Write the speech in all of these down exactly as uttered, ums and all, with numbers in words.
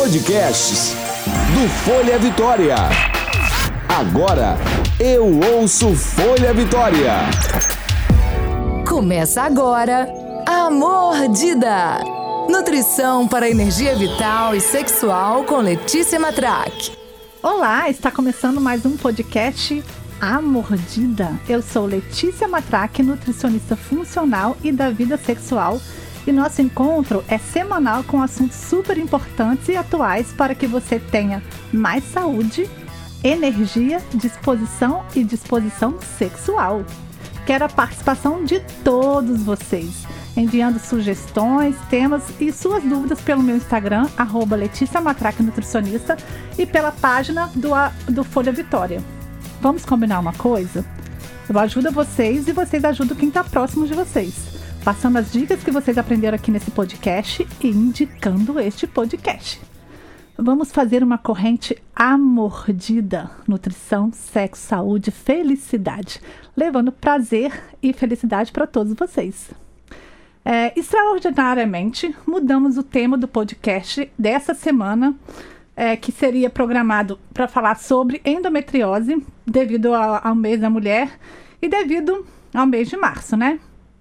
Podcasts do Folha Vitória. Agora eu ouço Folha Vitória. Começa agora a Mordida. Nutrição para energia vital e sexual com Letícia Matrac. Olá, está começando mais um podcast A Mordida. Eu sou Letícia Matrac, nutricionista funcional e da vida sexual. E nosso encontro é semanal com assuntos super importantes e atuais para que você tenha mais saúde, energia, disposição e disposição sexual. Quero a participação de todos vocês, enviando sugestões, temas e suas dúvidas pelo meu Instagram, arroba Letícia Matrac Nutricionista, e pela página do, do Folha Vitória. Vamos combinar uma coisa? Eu ajudo vocês e vocês ajudam quem está próximo de vocês, passando as dicas que vocês aprenderam aqui nesse podcast e indicando este podcast. Vamos fazer uma corrente à mordida: nutrição, sexo, saúde, felicidade, levando prazer e felicidade para todos vocês. É, extraordinariamente, mudamos o tema do podcast dessa semana, é, que seria programado para falar sobre endometriose, devido ao, ao mês da mulher e devido ao mês de março, né?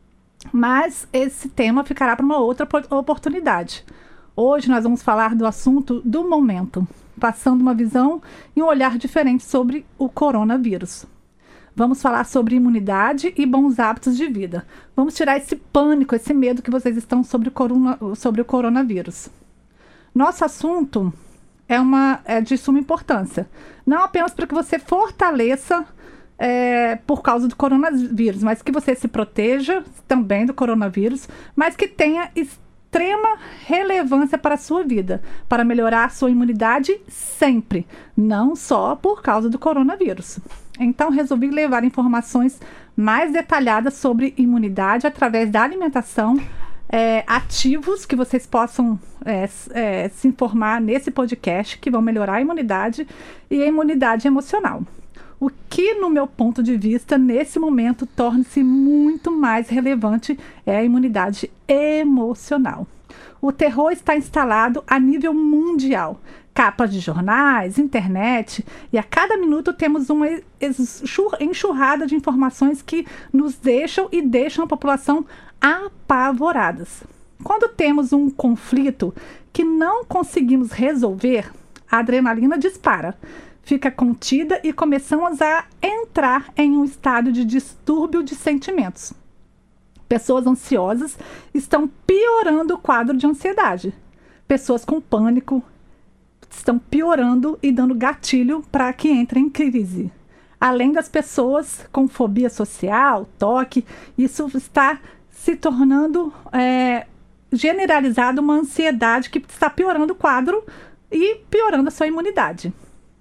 Mas esse tema ficará para uma outra oportunidade. Hoje nós vamos falar do assunto do momento, passando uma visão e um olhar diferente sobre o coronavírus. Vamos falar sobre imunidade e bons hábitos de vida. Vamos tirar esse pânico, esse medo que vocês estão sobre o, corona, sobre o coronavírus. Nosso assunto é, uma, é de suma importância, não apenas para que você fortaleça É, por causa do coronavírus, mas que você se proteja também do coronavírus, mas que tenha extrema relevância para a sua vida, para melhorar a sua imunidade sempre, não só por causa do coronavírus. Então, resolvi levar informações mais detalhadas sobre imunidade através da alimentação, é, ativos que vocês possam é, é, se informar nesse podcast, que vão melhorar a imunidade e a imunidade emocional. O que, no meu ponto de vista, nesse momento, torna-se muito mais relevante é a imunidade emocional. O terror está instalado a nível mundial. Capas de jornais, internet, e a cada minuto temos uma enxurrada de informações que nos deixam e deixam a população apavoradas. Quando temos um conflito que não conseguimos resolver, a adrenalina dispara, fica contida e começamos a entrar em um estado de distúrbio de sentimentos. Pessoas ansiosas estão piorando o quadro de ansiedade. Pessoas com pânico estão piorando e dando gatilho para que entrem em crise. Além das pessoas com fobia social, toque, isso está se tornando é, generalizado, uma ansiedade que está piorando o quadro e piorando a sua imunidade.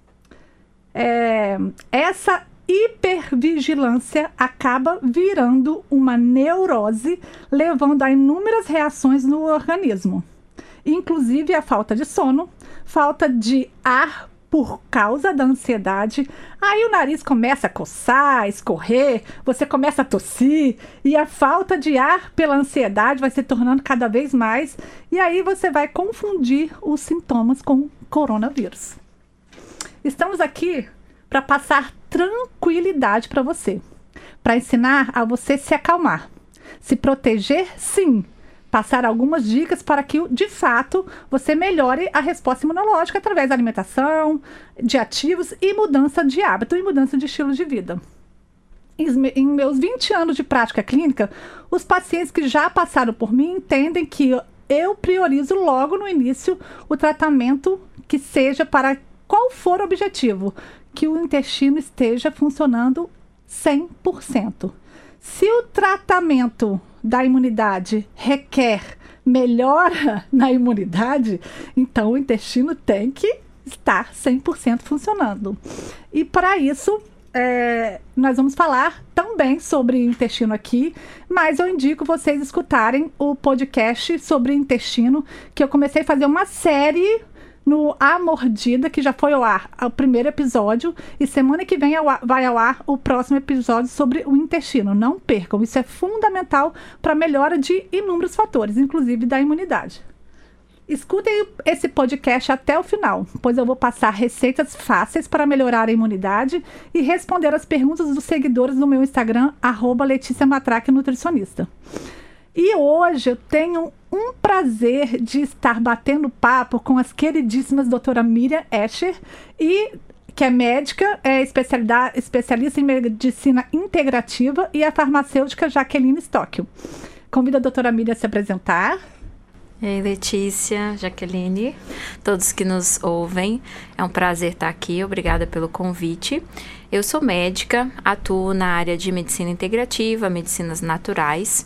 É, essa hipervigilância acaba virando uma neurose, levando a inúmeras reações no organismo, inclusive a falta de sono, falta de ar por causa da ansiedade. Aí o nariz começa a coçar, escorrer, você começa a tossir, e a falta de ar pela ansiedade vai se tornando cada vez mais, e aí você vai confundir os sintomas com o coronavírus. Estamos aqui para passar tranquilidade para você, para ensinar a você se acalmar, se proteger, sim, passar algumas dicas para que, de fato, você melhore a resposta imunológica através da alimentação, de ativos e mudança de hábito e mudança de estilo de vida. Em meus vinte anos de prática clínica, os pacientes que já passaram por mim entendem que eu priorizo logo no início o tratamento que seja para qual for o objetivo, que o intestino esteja funcionando cem por cento. Se o tratamento da imunidade requer melhora na imunidade, então o intestino tem que estar cem por cento funcionando. E para isso, é, nós vamos falar também sobre intestino aqui, mas eu indico vocês escutarem o podcast sobre intestino, que eu comecei a fazer uma série no A Mordida, que já foi ao ar o primeiro episódio, e semana que vem vai ao ar o próximo episódio sobre o intestino. Não percam, isso é fundamental para a melhora de inúmeros fatores, inclusive da imunidade. Escutem esse podcast até o final, pois eu vou passar receitas fáceis para melhorar a imunidade e responder as perguntas dos seguidores no meu Instagram, arroba Letícia Matraque Nutricionista. E hoje eu tenho um prazer de estar batendo papo com as queridíssimas doutora Miriam Escher, e, que é médica, é especialista em medicina integrativa, e a farmacêutica Jaqueline Stocchio. Convido a doutora Miriam a se apresentar. Ei, Letícia, Jaqueline, todos que nos ouvem, é um prazer estar aqui, obrigada pelo convite. Eu sou médica, atuo na área de medicina integrativa, medicinas naturais,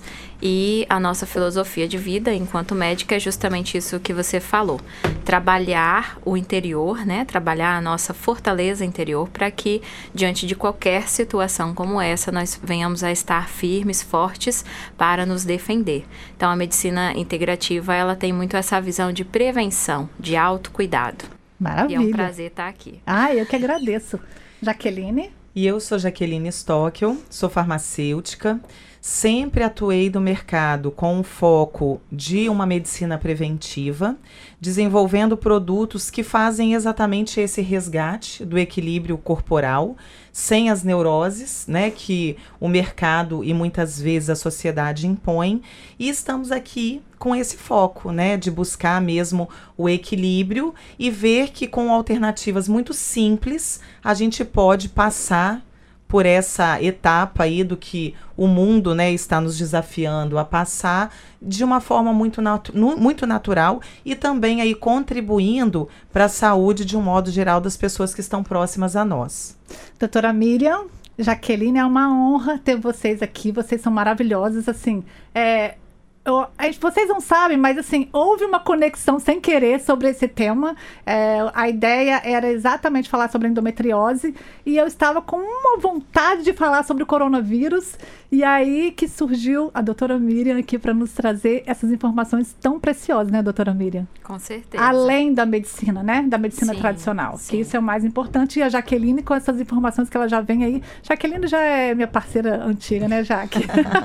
e a nossa filosofia de vida enquanto médica é justamente isso que você falou, trabalhar o interior, né? Trabalhar a nossa fortaleza interior para que, diante de qualquer situação como essa, nós venhamos a estar firmes, fortes para nos defender. Então, a medicina integrativa, ela tem muito essa visão de prevenção, de autocuidado. Maravilha. E é um prazer estar aqui. Ah, eu que agradeço. Jaqueline? E eu sou Jaqueline Stocchio, sou farmacêutica, sempre atuei no mercado com um foco de uma medicina preventiva, desenvolvendo produtos que fazem exatamente esse resgate do equilíbrio corporal, sem as neuroses, né, que o mercado e muitas vezes a sociedade impõem, e estamos aqui com esse foco, né, de buscar mesmo o equilíbrio e ver que com alternativas muito simples a gente pode passar por essa etapa aí do que o mundo, né, está nos desafiando a passar de uma forma muito, natu- muito natural e também aí contribuindo para a saúde de um modo geral das pessoas que estão próximas a nós. Doutora Miriam, Jaqueline, é uma honra ter vocês aqui, vocês são maravilhosas, assim, é... Eu, vocês não sabem, mas assim, houve uma conexão sem querer sobre esse tema. É, a ideia era exatamente falar sobre endometriose e eu estava com uma vontade de falar sobre o coronavírus, e aí que surgiu a doutora Miriam aqui para nos trazer essas informações tão preciosas, né, doutora Miriam? Com certeza. Além da medicina, né, da medicina sim, tradicional, sim. que isso é o mais importante, e a Jaqueline com essas informações que ela já vem aí. Jaqueline já é minha parceira antiga, né, Jaque?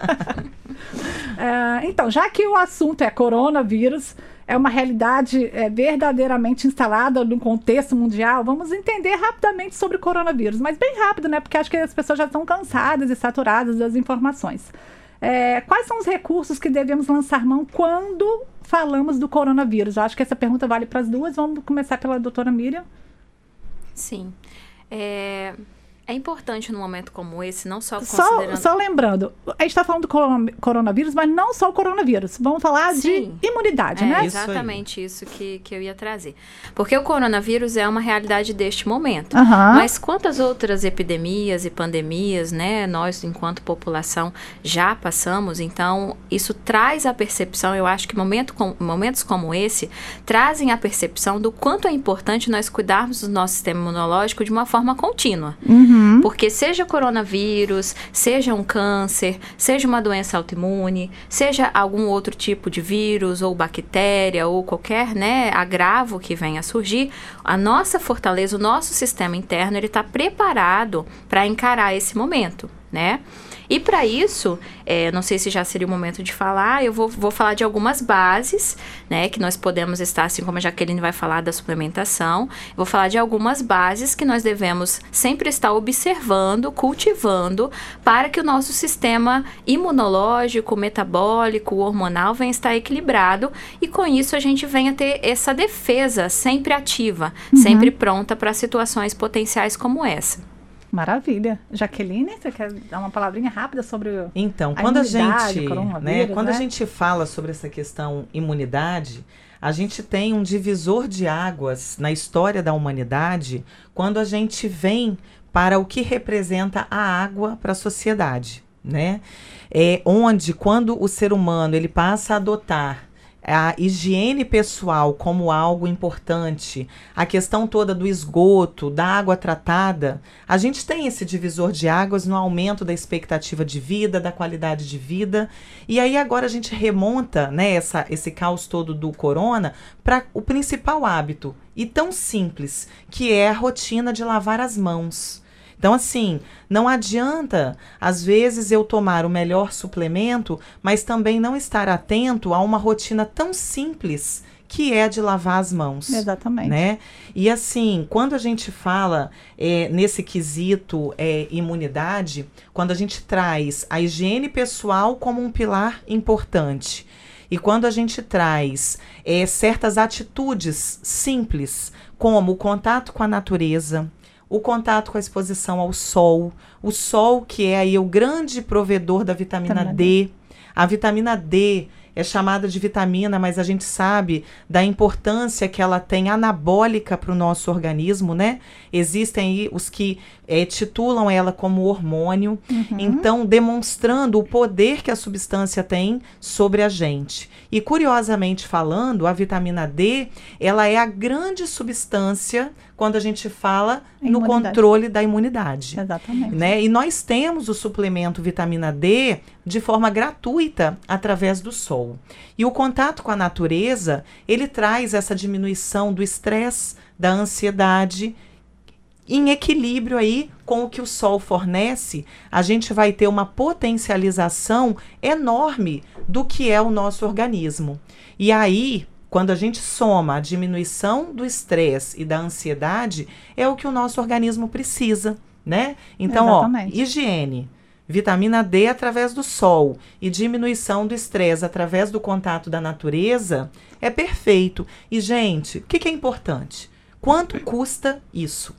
É, então, já que o assunto é coronavírus, é uma realidade é, verdadeiramente instalada no contexto mundial, vamos entender rapidamente sobre o coronavírus, mas bem rápido, né? Porque acho que as pessoas já estão cansadas e saturadas das informações. É, quais são os recursos que devemos lançar mão quando falamos do coronavírus? Eu acho que essa pergunta vale para as duas. Vamos começar pela doutora Miriam. Sim. É... É importante num momento como esse, não só Só, considerando... só lembrando, a gente está falando do coron- coronavírus, mas não só o coronavírus. Vamos falar Sim. de imunidade, é, né? Exatamente isso, isso que, que eu ia trazer. Porque o coronavírus é uma realidade deste momento. Uhum. Mas quantas outras epidemias e pandemias, né, nós, enquanto população, já passamos. Então, isso traz a percepção, eu acho que momento com, momentos como esse, trazem a percepção do quanto é importante nós cuidarmos do nosso sistema imunológico de uma forma contínua. Uhum. Porque seja coronavírus, seja um câncer, seja uma doença autoimune, seja algum outro tipo de vírus ou bactéria ou qualquer, né, agravo que venha a surgir, a nossa fortaleza, o nosso sistema interno, ele está preparado para encarar esse momento, né? E para isso, é, não sei se já seria o momento de falar, eu vou, vou falar de algumas bases, né, que nós podemos estar, assim como a Jaqueline vai falar da suplementação, eu vou falar de algumas bases que nós devemos sempre estar observando, cultivando, para que o nosso sistema imunológico, metabólico, hormonal venha estar equilibrado, e com isso a gente venha ter essa defesa sempre ativa, uhum. sempre pronta para situações potenciais como essa. Maravilha. Jaqueline, você quer dar uma palavrinha rápida sobre o Então, a quando a imunidade, gente, coronavírus, né, quando né? a gente fala sobre essa questão imunidade, a gente tem um divisor de águas na história da humanidade quando a gente vem para o que representa a água para a sociedade, né? É onde, quando o ser humano ele passa a adotar a higiene pessoal como algo importante, a questão toda do esgoto, da água tratada, a gente tem esse divisor de águas no aumento da expectativa de vida, da qualidade de vida, e aí agora a gente remonta, né, essa, esse caos todo do corona para o principal hábito, e tão simples, que é a rotina de lavar as mãos. Então, assim, não adianta, às vezes, eu tomar o melhor suplemento, mas também não estar atento a uma rotina tão simples que é de lavar as mãos. Exatamente. Né? E assim, quando a gente fala é, nesse quesito é, imunidade, quando a gente traz a higiene pessoal como um pilar importante, e quando a gente traz é, certas atitudes simples, como o contato com a natureza, o contato com a exposição ao sol, o sol que é aí o grande provedor da vitamina D. A vitamina D é chamada de vitamina, mas a gente sabe da importância que ela tem anabólica para o nosso organismo, né? Existem aí os que é, titulam ela como hormônio, uhum. então demonstrando o poder que a substância tem sobre a gente. E curiosamente falando, a vitamina D, ela é a grande substância quando a gente fala no controle da imunidade. Exatamente. Né? E nós temos o suplemento vitamina D de forma gratuita através do sol. E o contato com a natureza, ele traz essa diminuição do estresse, da ansiedade, em equilíbrio aí com o que o sol fornece, a gente vai ter uma potencialização enorme do que é o nosso organismo. E aí, quando a gente soma a diminuição do estresse e da ansiedade, é o que o nosso organismo precisa, né? Então, Exatamente. ó, higiene, vitamina D através do sol e diminuição do estresse através do contato da natureza, é perfeito. E, gente, o que, que é importante? Quanto custa isso?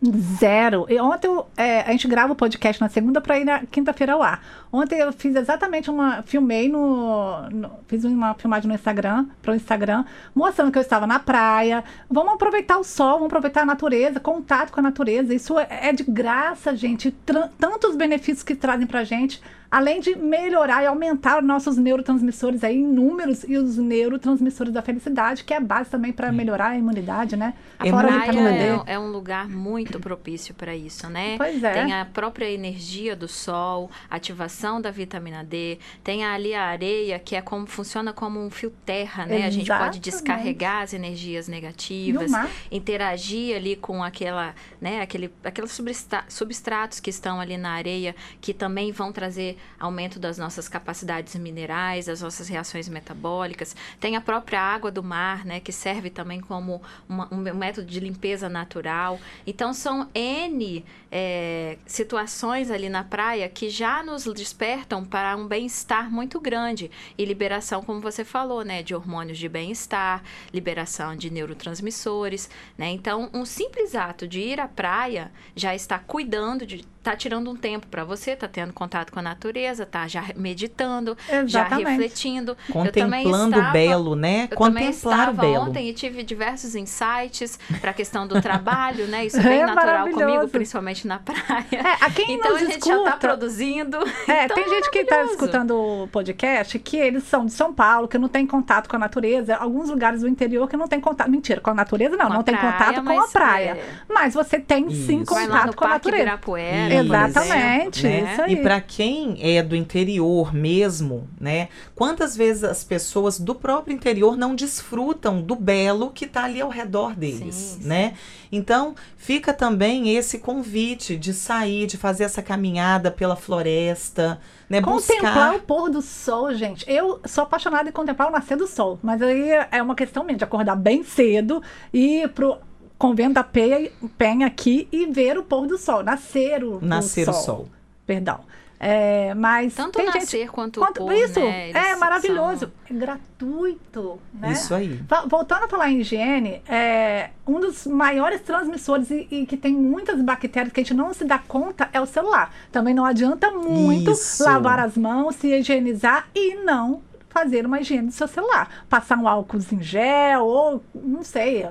Zero. E ontem eu, é, a gente grava o podcast na segunda para ir na quinta-feira ao ar. Ontem eu fiz exatamente uma... Filmei no... no fiz uma filmagem no Instagram, para o Instagram, mostrando que eu estava na praia. Vamos aproveitar o sol, vamos aproveitar a natureza, contato com a natureza. Isso é, é de graça, gente. Tra- tantos benefícios que trazem pra gente, além de melhorar e aumentar nossos neurotransmissores aí em números e os neurotransmissores da felicidade, que é a base também para melhorar a imunidade, né? A praia é, é um lugar muito propício para isso, né? Pois é. Tem a própria energia do sol, ativação da vitamina D, tem ali a areia, que é como funciona como um fio terra, né? Exatamente. A gente pode descarregar as energias negativas, interagir ali com aquela, né, aquele, aqueles substra- substratos que estão ali na areia, que também vão trazer aumento das nossas capacidades minerais, das nossas reações metabólicas. Tem a própria água do mar, né, que serve também como uma, um método de limpeza natural. Então, são N é, situações ali na praia que já nos despertam para um bem-estar muito grande. E liberação, como você falou, né, de hormônios de bem-estar, liberação de neurotransmissores, né? Então, um simples ato de ir à praia já está cuidando de... Tá tirando um tempo para você, tá tendo contato com a natureza, tá já meditando, Exatamente. já refletindo. Contemplando o belo, né? Eu Contemplar o belo. Ontem e tive diversos insights para a questão do trabalho, né? Isso é bem É natural comigo, maravilhoso. principalmente na praia. É, a quem então nos a gente escuta, já tá produzindo. É, então, tem gente que está escutando o podcast que eles são de São Paulo, que não tem contato com a natureza. Alguns lugares do interior que não tem contato. Mentira, com a natureza não, Com a não tem praia, contato com a mas praia. é- Mas você tem sim Isso. Vai lá no contato com a Parque natureza. Ibirapuera, Isso. por Exatamente, exemplo, né? isso aí. E para quem é do interior mesmo, né? Quantas vezes as pessoas do próprio interior não desfrutam do belo que está ali ao redor deles, Sim, né? Então, fica também esse convite de sair, de fazer essa caminhada pela floresta, né? Contemplar Buscar... o pôr do sol, gente. Eu sou apaixonada em contemplar o nascer do sol, mas aí é uma questão mesmo de acordar bem cedo e ir pro Convento da Penha, Penha aqui e ver o pôr do sol, nascer o, Nascer o o sol. sol. Perdão. É, mas Tanto tem nascer gente, quanto, quanto o pôr, isso né? Eles é maravilhoso, são- é gratuito, né? Isso aí. Fa- Voltando a falar em higiene, é, um dos maiores transmissores e, e que tem muitas bactérias que a gente não se dá conta é o celular. Também não adianta muito Isso. lavar as mãos, se higienizar e não fazer uma higiene do seu celular. Passar um álcool em gel ou, não sei,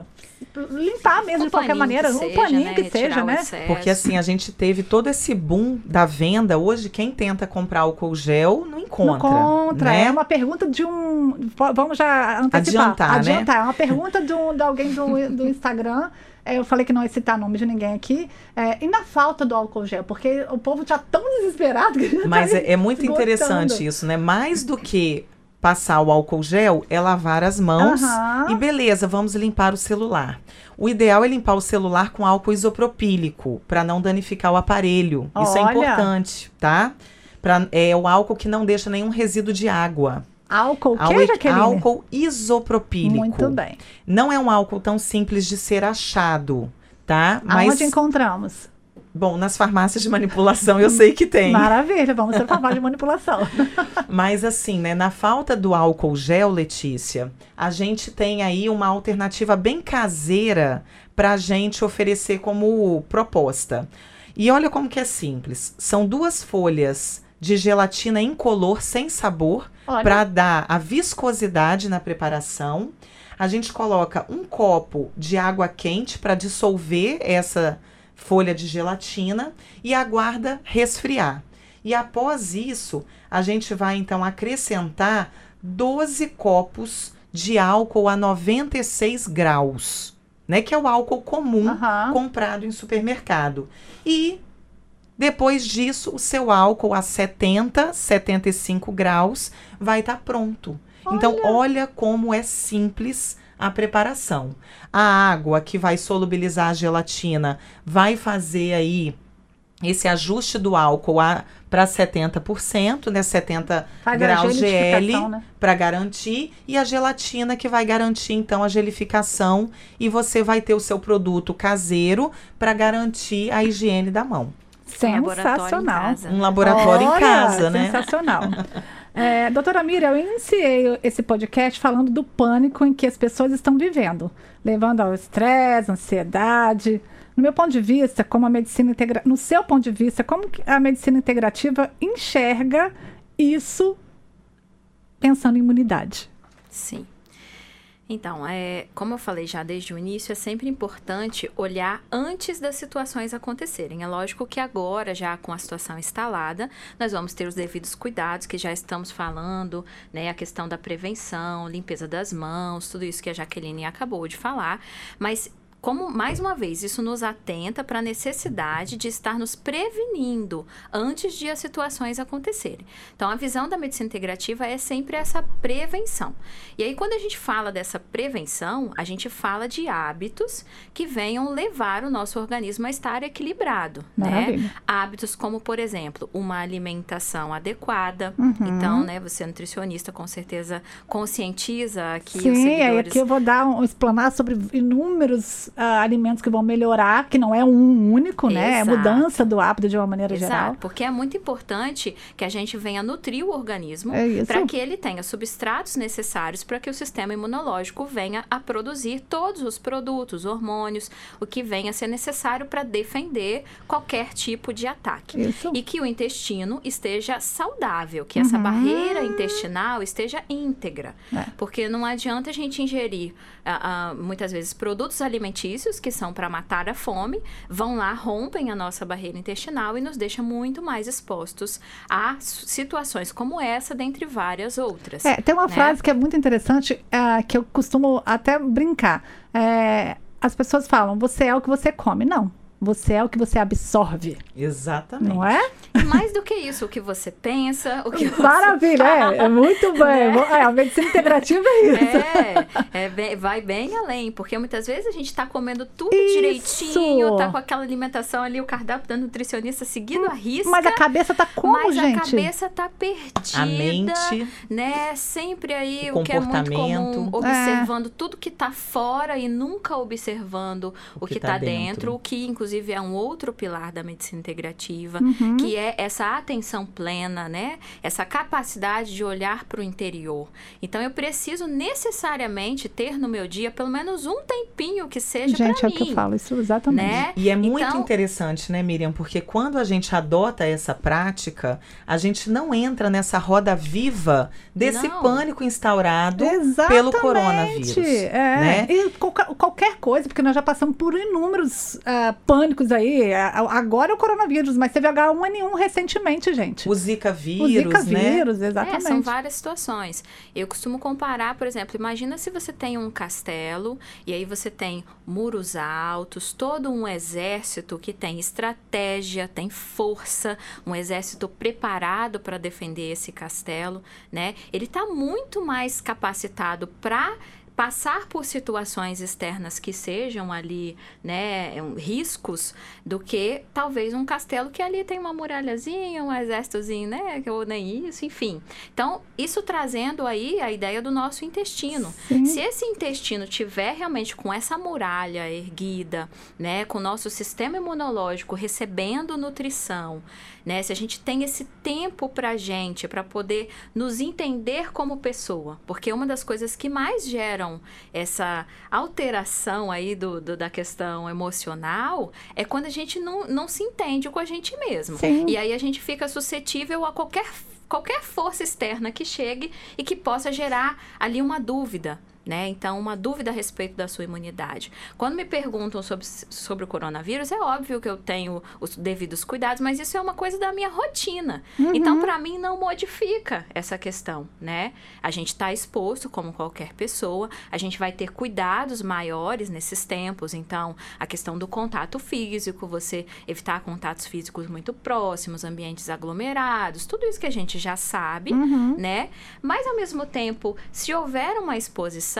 limpar mesmo Um de qualquer paninho maneira. que Um seja, paninho né? que Retirar seja, o né? excesso. Porque assim, a gente teve todo esse boom da venda. Hoje, quem tenta comprar álcool gel não encontra. Não contra. né? É uma pergunta de um. po- Vamos já antecipar. Adiantar, né? Adiantar. É uma pergunta de, um, de alguém do, do Instagram. É, eu falei que não ia citar nome de ninguém aqui. É, e na falta do álcool gel? Porque o povo já tão desesperado que já Mas tá é, é muito esgotando. interessante isso, né? Mais do que passar o álcool gel, é lavar as mãos Aham. e beleza, vamos limpar o celular. O ideal é limpar o celular com álcool isopropílico, para não danificar o aparelho. Isso é Olha. importante, tá? Pra, é o álcool que não deixa nenhum resíduo de água. Álcool o quê, Jaqueline? Álcool isopropílico. Muito bem. Não é um álcool tão simples de ser achado, tá? Aonde Mas, encontramos? bom, nas farmácias de manipulação eu sei que tem. Maravilha, vamos ser farmácia de manipulação. Mas assim, né, na falta do álcool gel, Letícia, a gente tem aí uma alternativa bem caseira para a gente oferecer como proposta. E olha como que é simples. São duas folhas de gelatina incolor sem sabor para dar a viscosidade na preparação. A gente coloca um copo de água quente para dissolver essa folha de gelatina e aguarda resfriar. E após isso, a gente vai então acrescentar doze copos de álcool a noventa e seis graus, né, que é o álcool comum Uhum. comprado em supermercado. E depois disso, o seu álcool a setenta, setenta e cinco graus vai estar pronto. Olha. Então, olha como é simples a preparação. A água que vai solubilizar a gelatina vai fazer aí esse ajuste do álcool para setenta por cento, né? setenta Faz a graus G L gelificação, né? para garantir, e a gelatina que vai garantir então a gelificação, e você vai ter o seu produto caseiro para garantir a higiene da mão. Sensacional. Um laboratório Olha, em casa, né? Sensacional. É, doutora Miriam, eu iniciei esse podcast falando do pânico em que as pessoas estão vivendo, levando ao estresse, ansiedade. No meu ponto de vista, como a medicina integra... no seu ponto de vista, como que a medicina integrativa enxerga isso pensando em imunidade? Sim. Então, é, como eu falei já desde o início, é sempre importante olhar antes das situações acontecerem. É lógico que agora, já com a situação instalada, nós vamos ter os devidos cuidados que já estamos falando, né? A questão da prevenção, limpeza das mãos, tudo isso que a Jaqueline acabou de falar, mas como, mais uma vez, isso nos atenta para a necessidade de estar nos prevenindo antes de as situações acontecerem. Então, a visão da medicina integrativa é sempre essa prevenção. E aí, quando a gente fala dessa prevenção, a gente fala de hábitos que venham levar o nosso organismo a estar equilibrado, né? Hábitos como, por exemplo, uma alimentação adequada. Uhum. Então, né, você é nutricionista, com certeza conscientiza aqui Sim, os seguidores. aí aqui eu vou dar um, explanar sobre inúmeros uh, alimentos que vão melhorar, que não é um único, né? É Exato. mudança do hábito de uma maneira Exato, geral. porque é muito importante que a gente venha nutrir o organismo É isso. para que ele tenha substratos necessários para que o sistema imunológico venha a produzir todos os produtos, hormônios, o que venha a ser necessário para defender qualquer tipo de ataque. Isso. E que o intestino esteja saudável, que essa Uhum. barreira intestinal esteja íntegra. É. Porque não adianta a gente ingerir, ah, ah, muitas vezes, produtos alimentícios que são para matar a fome, vão lá, rompem a nossa barreira intestinal e nos deixam muito mais expostos a situações como essa, dentre várias outras. É, tem uma né? frase que é muito interessante, uh, que eu costumo até brincar. É, as pessoas falam, você é o que você come. Não, você é o que você absorve. Exatamente. Não é? E mais do que isso, o que você pensa, o que você Maravilha, é, é muito bem. É, a medicina integrativa é isso. É, é bem- vai bem além, porque muitas vezes a gente está comendo tudo Isso. direitinho, tá com aquela alimentação ali, o cardápio da nutricionista seguindo a risca. Mas a cabeça tá como, mas gente? a cabeça tá perdida, A mente, né? Sempre aí o o, que é muito comum, comportamento. observando tudo que tá fora e nunca observando o, O que, que tá, tá dentro, dentro. o que inclusive é um outro pilar da medicina integrativa, Uhum. que é essa atenção plena, né? Essa capacidade de olhar para o interior. Então eu preciso necessariamente ter no meu dia pelo menos um tempinho que seja Gente, para é mim. o que eu falo, isso exatamente. Né? E é muito Então- interessante, né, Miriam? Porque quando a gente adota essa prática, a gente não entra nessa roda viva desse Não. pânico instaurado Exatamente. pelo coronavírus. É. Né? E qualquer, qualquer coisa, porque nós já passamos por inúmeros ah, pânicos aí. A- Agora é o coronavírus, mas teve H um N um recentemente, gente. O Zika vírus, O Zika né? vírus, É, exatamente. são várias situações. Eu costumo comparar, por exemplo, imagina se você tem um castelo e aí você tem muros altos, todo um exército que tem estratégia, tem força, um exército preparado para defender esse castelo, né? Ele está muito mais capacitado para passar por situações externas que sejam ali, né, riscos, do que talvez um castelo que ali tem uma muralhazinha, um exércitozinho, né, ou nem isso, enfim. Então, isso trazendo aí a ideia do nosso intestino. Sim. Se esse intestino tiver realmente com essa muralha erguida, né, com o nosso sistema imunológico recebendo nutrição, né, se a gente tem esse tempo pra gente, para poder nos entender como pessoa, porque uma das coisas que mais geram essa alteração aí do, do, da questão emocional é quando a gente não, não se entende com a gente mesmo. Sim. E aí a gente fica suscetível a qualquer, qualquer força externa que chegue e que possa gerar ali uma dúvida. Né? Então, uma dúvida a respeito da sua imunidade. Quando me perguntam sobre, sobre o coronavírus, é óbvio que eu tenho os devidos cuidados, mas isso é uma coisa da minha rotina. Uhum. Então, para mim, não modifica essa questão, né? A gente está exposto, como qualquer pessoa, a gente vai ter cuidados maiores nesses tempos. Então, a questão do contato físico, você evitar contatos físicos muito próximos, ambientes aglomerados, tudo isso que a gente já sabe, uhum. né? Mas, ao mesmo tempo, se houver uma exposição,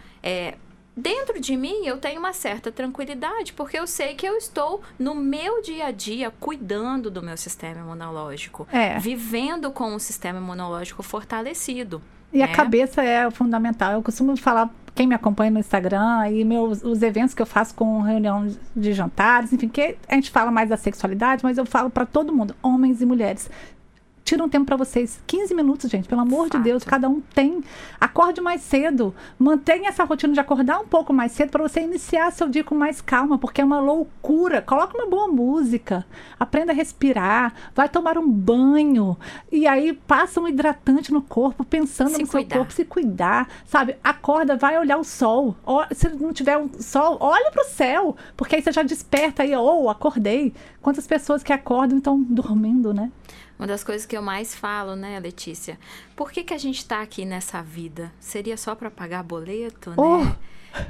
É, dentro de mim eu tenho uma certa tranquilidade, porque eu sei que eu estou no meu dia a dia cuidando do meu sistema imunológico, é. vivendo com um sistema imunológico fortalecido. E né? a cabeça é fundamental. Eu costumo falar, quem me acompanha no Instagram e meus, os eventos que eu faço com reunião de jantares, enfim, que a gente fala mais da sexualidade, mas eu falo para todo mundo, homens e mulheres. Tira um tempo para vocês, quinze minutos, gente, pelo amor Fato. de Deus, cada um tem. Acorde mais cedo, mantenha essa rotina de acordar um pouco mais cedo para você iniciar seu dia com mais calma, porque é uma loucura. Coloca uma boa música, aprenda a respirar, vai tomar um banho, e aí passa um hidratante no corpo, pensando se no cuidar. seu corpo, se cuidar, sabe? Acorda, vai olhar o sol. Se não tiver um sol, olha para o céu, porque aí você já desperta aí, ou oh, acordei. Quantas pessoas que acordam estão dormindo, né? Uma das coisas que eu mais falo, né, Letícia? Por que que a gente tá aqui nessa vida? Seria só para pagar boleto, oh. né?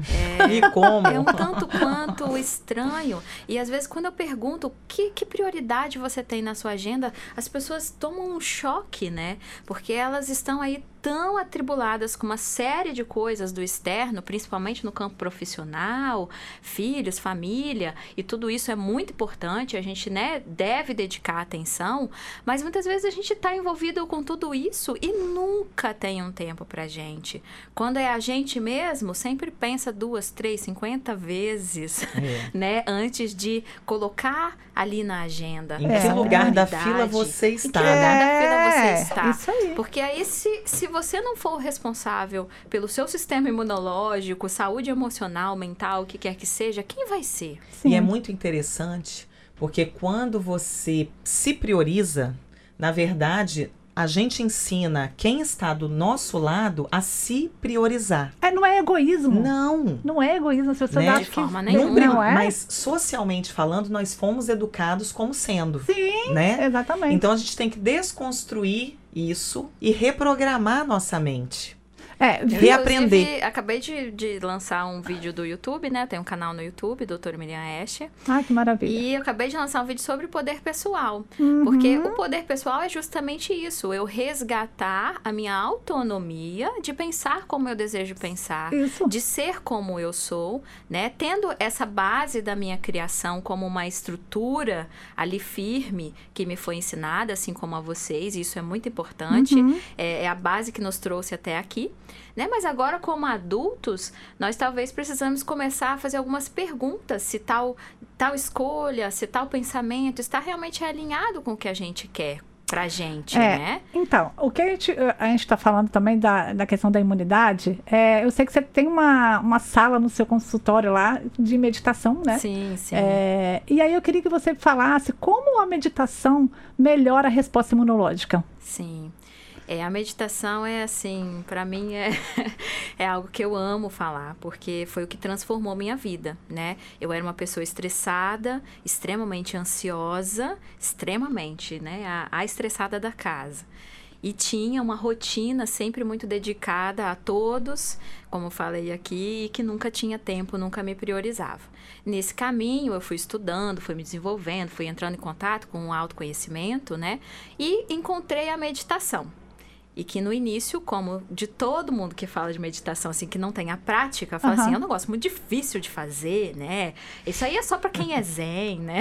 É, e como? É um tanto quanto estranho. E às vezes quando eu pergunto que, que prioridade você tem na sua agenda, as pessoas tomam um choque, né? Porque elas estão aí tão atribuladas com uma série de coisas do externo, principalmente no campo profissional, filhos, família, e tudo isso é muito importante, a gente, né, deve dedicar atenção, mas muitas vezes a gente está envolvido com tudo isso e nunca tem um tempo pra gente. Quando é a gente mesmo, sempre pensa duas, três, cinquenta vezes, é. né, antes de colocar ali na agenda. Em que lugar da fila você está? Em que lugar da fila você É, está? isso aí. Porque aí, se, se você não for responsável pelo seu sistema imunológico, saúde emocional, mental, o que quer que seja, quem vai ser? Sim. E é muito interessante, porque quando você se prioriza, na verdade, a gente ensina quem está do nosso lado a se priorizar. É, não é egoísmo. Não. Não é egoísmo. As pessoas Né? acham De que forma não, nenhuma. não é. Mas socialmente falando, nós fomos educados como sendo. Sim, né? exatamente. Então a gente tem que desconstruir isso e reprogramar nossa mente. É, reaprender. Inclusive, acabei de, de lançar um vídeo do YouTube, né? Tem um canal no YouTube, doutora Miriam Escher. Ai, que maravilha. E eu acabei de lançar um vídeo sobre poder pessoal. Uhum. Porque o poder pessoal é justamente isso. Eu resgatar a minha autonomia de pensar como eu desejo pensar. Isso. De ser como eu sou, né? Tendo essa base da minha criação como uma estrutura ali firme que me foi ensinada, assim como a vocês. Isso é muito importante. Uhum. É, é a base que nos trouxe até aqui. Né? Mas agora, como adultos, nós talvez precisamos começar a fazer algumas perguntas, se tal, tal escolha, se tal pensamento está realmente alinhado com o que a gente quer pra gente, é, né? Então, o que a gente a está falando também da, da questão da imunidade, é, eu sei que você tem uma, uma sala no seu consultório lá de meditação, né? Sim, sim. É, e aí eu queria que você falasse como a meditação melhora a resposta imunológica. Sim. É, a meditação é assim, para mim é, é algo que eu amo falar, porque foi o que transformou minha vida, né? Eu era uma pessoa estressada, extremamente ansiosa, extremamente, né? A, a estressada da casa. E tinha uma rotina sempre muito dedicada a todos, como falei aqui, e que nunca tinha tempo, nunca me priorizava. Nesse caminho, eu fui estudando, fui me desenvolvendo, fui entrando em contato com o autoconhecimento, né? E encontrei a meditação. E que no início, como de todo mundo que fala de meditação, assim, que não tem a prática, fala Uhum. assim, é um negócio muito difícil de fazer, né? Isso aí é só pra quem é zen, né?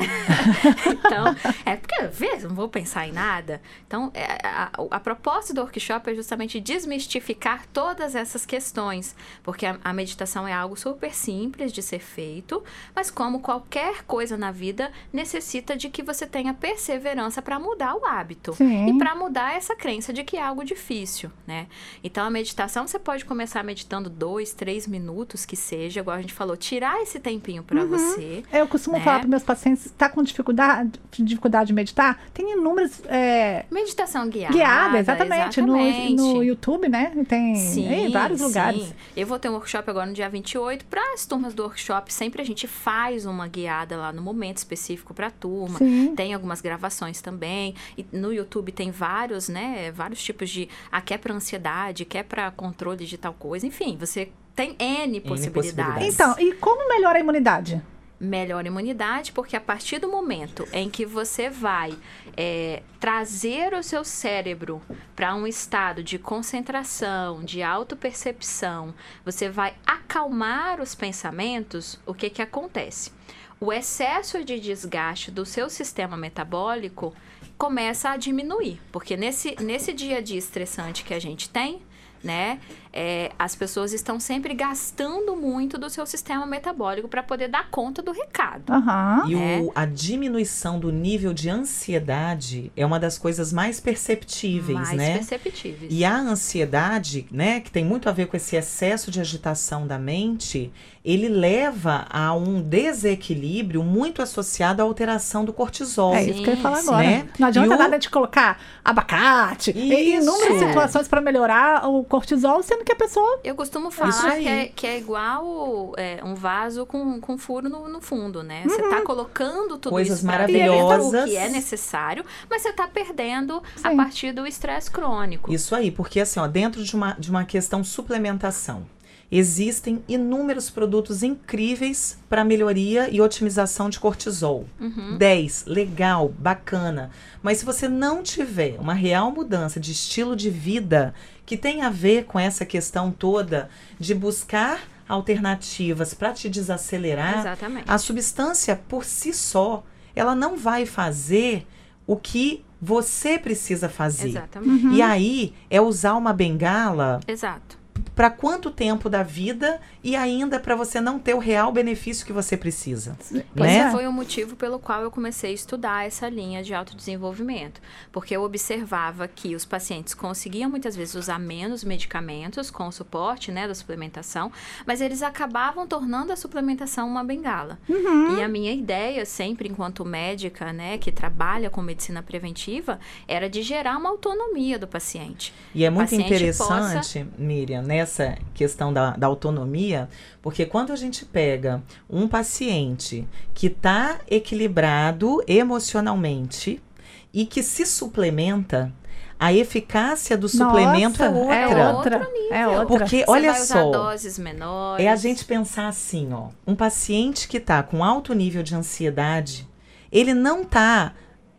Então, é porque, vê, não vou pensar em nada. Então, é, a, a proposta do workshop é justamente desmistificar todas essas questões. Porque a, a meditação é algo super simples de ser feito, mas como qualquer coisa na vida, necessita de que você tenha perseverança para mudar o hábito. Sim. E para mudar essa crença de que é algo difícil. Difícil, né? Então, a meditação, você pode começar meditando dois, três minutos, que seja, igual a gente falou, tirar esse tempinho para Uhum. você. Eu costumo né? falar para meus pacientes, está com dificuldade, dificuldade de meditar? Tem inúmeras é, Meditação guiada. guiadas, exatamente, exatamente. No, no YouTube, né? Tem Sim, em vários sim. lugares. Eu vou ter um workshop agora no dia vinte e oito. Para as turmas do workshop, sempre a gente faz uma guiada lá no momento específico para a turma. Sim. Tem algumas gravações também. E no YouTube tem vários, né? Vários tipos de... Ah, quer para ansiedade, quer para controle de tal coisa. Enfim, você tem N possibilidades. possibilidades. Então, e como melhora a imunidade? Melhora a imunidade, porque a partir do momento em que você vai é, trazer o seu cérebro para um estado de concentração, de autopercepção, você vai acalmar os pensamentos, o que que acontece? O excesso de desgaste do seu sistema metabólico começa a diminuir, porque nesse, nesse dia a dia estressante que a gente tem, né, é, as pessoas estão sempre gastando muito do seu sistema metabólico para poder dar conta do recado. Aham. E É. o, a diminuição do nível de ansiedade é uma das coisas mais perceptíveis, Mais né? perceptíveis. E a ansiedade, né, que tem muito a ver com esse excesso de agitação da mente, ele leva a um desequilíbrio muito associado à alteração do cortisol. É isso que eu ia falar agora. né? Não adianta E o- nada de colocar abacate e Isso. inúmeras É. situações para melhorar o cortisol, sendo que a pessoa... Eu costumo Isso falar aí. que é, que é igual é, um vaso com, com furo no, no fundo, né? Você tá colocando tudo Coisas isso pra maravilhosas. dentro, o que é necessário, mas você tá perdendo a Sim. partir do estresse crônico. Isso aí, porque assim, ó, dentro de uma, de uma questão suplementação, existem inúmeros produtos incríveis para melhoria e otimização de cortisol. Uhum. dez, legal, bacana. Mas se você não tiver uma real mudança de estilo de vida que tem a ver com essa questão toda de buscar alternativas para te desacelerar, Exatamente. a substância por si só, ela não vai fazer o que você precisa fazer. Exatamente. E aí é usar uma bengala Exato. para quanto tempo da vida e ainda para você não ter o real benefício que você precisa. Esse Né? foi o motivo pelo qual eu comecei a estudar essa linha de autodesenvolvimento. Porque eu observava que os pacientes conseguiam muitas vezes usar menos medicamentos com o suporte, né, da suplementação, mas eles acabavam tornando a suplementação uma bengala. E a minha ideia, sempre enquanto médica, né, que trabalha com medicina preventiva, era de gerar uma autonomia do paciente. E é muito paciente interessante, Miriam, nessa questão da, da autonomia, porque quando a gente pega um paciente que está equilibrado emocionalmente e que se suplementa, a eficácia do suplemento é Nossa, outra. É outra. Outro nível. É outra. Porque, Você olha vai usar só, doses menores. é a gente pensar assim, ó, um paciente que está com alto nível de ansiedade, ele não está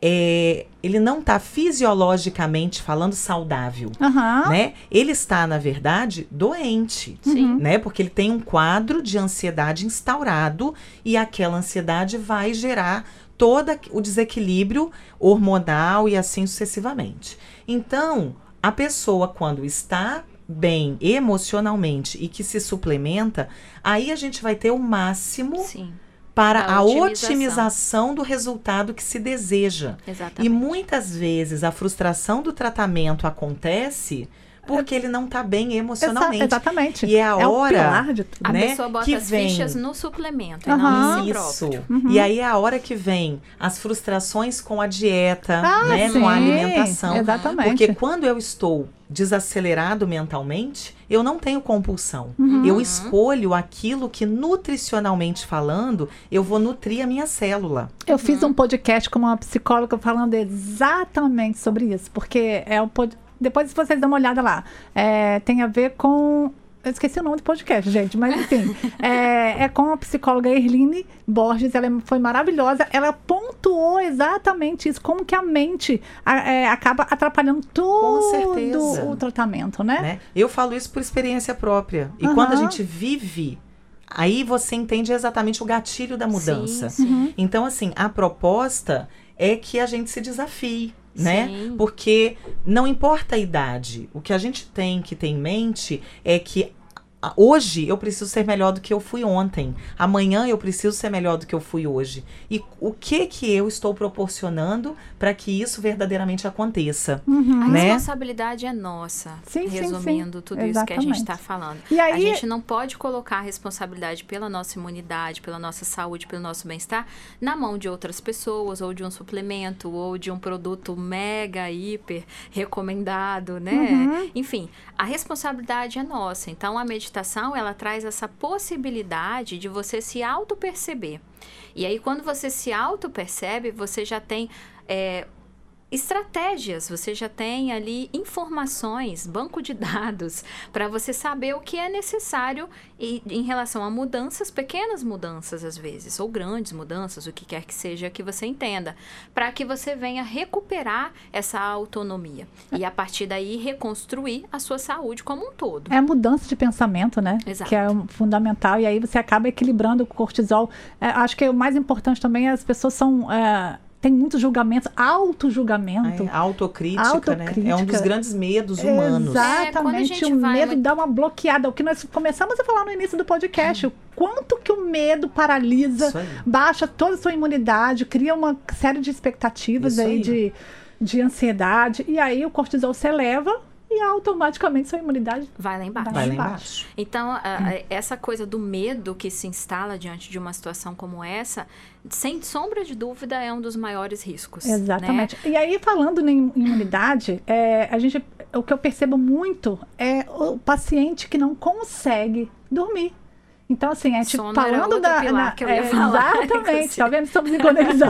é, ele não está fisiologicamente falando saudável, Aham. né? Ele está, na verdade, doente, Sim. né? Porque ele tem um quadro de ansiedade instaurado e aquela ansiedade vai gerar todo o desequilíbrio hormonal e assim sucessivamente. Então, a pessoa, quando está bem emocionalmente e que se suplementa, aí a gente vai ter o máximo Sim, para Da a otimização. otimização do resultado que se deseja. E exatamente. muitas vezes a frustração do tratamento acontece porque ele não está bem Exa- emocionalmente. exatamente. E é a é hora, o pilar de tudo. A né, pessoa bota que as vem- fichas no suplemento, e Aham. não em si Isso. próprio. E aí é a hora que vem as frustrações com a dieta, Ah, né, sim, com a alimentação. Exatamente. Porque quando eu estou desacelerado mentalmente, eu não tenho compulsão. Uhum. Eu escolho aquilo que, nutricionalmente falando, eu vou nutrir a minha célula. Eu fiz um podcast com uma psicóloga falando exatamente sobre isso, porque é o pod... depois se vocês dão uma olhada lá, é, tem a ver com eu esqueci o nome do podcast, gente, mas enfim, é, é com a psicóloga Erline Borges, ela foi maravilhosa, ela pontuou exatamente isso, como que a mente é, acaba atrapalhando todo o tratamento, né? né? Eu falo isso por experiência própria, e uhum. quando a gente vive, aí você entende exatamente o gatilho da mudança. Sim, sim. Uhum. Então, assim, a proposta é que a gente se desafie, né? Sim. Porque não importa a idade, o que a gente tem que ter em mente é que hoje eu preciso ser melhor do que eu fui ontem. Amanhã eu preciso ser melhor do que eu fui hoje. E o que que eu estou proporcionando para que isso verdadeiramente aconteça? Uhum. A né? responsabilidade é nossa, sim, resumindo sim, sim. tudo Exatamente. isso que a gente está falando. E aí, a gente não pode colocar a responsabilidade pela nossa imunidade, pela nossa saúde, pelo nosso bem-estar na mão de outras pessoas, ou de um suplemento, ou de um produto mega, hiper recomendado, né? Uhum. Enfim, a responsabilidade é nossa. Então, a meditação, ela traz essa possibilidade de você se auto-perceber. E aí, quando você se auto-percebe, você já tem é, estratégias, você já tem ali informações, banco de dados, para você saber o que é necessário e, em relação a mudanças, pequenas mudanças às vezes, ou grandes mudanças, o que quer que seja que você entenda, para que você venha recuperar essa autonomia e a partir daí reconstruir a sua saúde como um todo. É a mudança de pensamento, né? Exato. Que é fundamental, e aí você acaba equilibrando o cortisol. É, acho que o mais importante também é as pessoas são... É, tem muitos julgamentos, auto-julgamento. É, autocrítica, autocrítica, né? É um dos grandes medos humanos. Exatamente, é, o medo vai... dá uma bloqueada. O que nós começamos a falar no início do podcast, hum. o quanto que o medo paralisa, baixa toda a sua imunidade, cria uma série de expectativas Isso aí, aí. De, de ansiedade, e aí o cortisol se eleva e automaticamente sua imunidade vai lá embaixo. Vai lá embaixo. Então, a, a, essa coisa do medo que se instala diante de uma situação como essa, sem sombra de dúvida, é um dos maiores riscos. Exatamente. Né? E aí, falando em imunidade, é, a gente, o que eu percebo muito é o paciente que não consegue dormir. Então, assim, é tipo, falando da... Na, que eu ia é, falar, exatamente, tá vendo? Estamos sincronizados.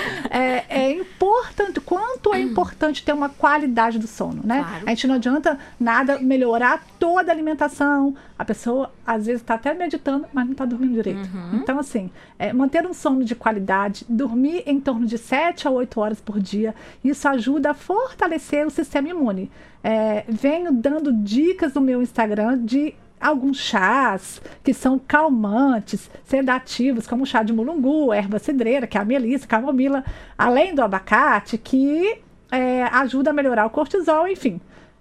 é, é importante, quanto é importante ter uma qualidade do sono, né? Claro. A gente não adianta nada melhorar toda a alimentação. A pessoa, às vezes, está até meditando, mas não está dormindo direito. Uhum. Então, assim, é, manter um sono de qualidade, dormir em torno de sete a oito horas por dia, isso ajuda a fortalecer o sistema imune. É, venho dando dicas no meu Instagram de alguns chás que são calmantes, sedativos, como o chá de mulungu, erva cidreira, que é a melissa, camomila, além do abacate, que é, ajuda a melhorar o cortisol, enfim.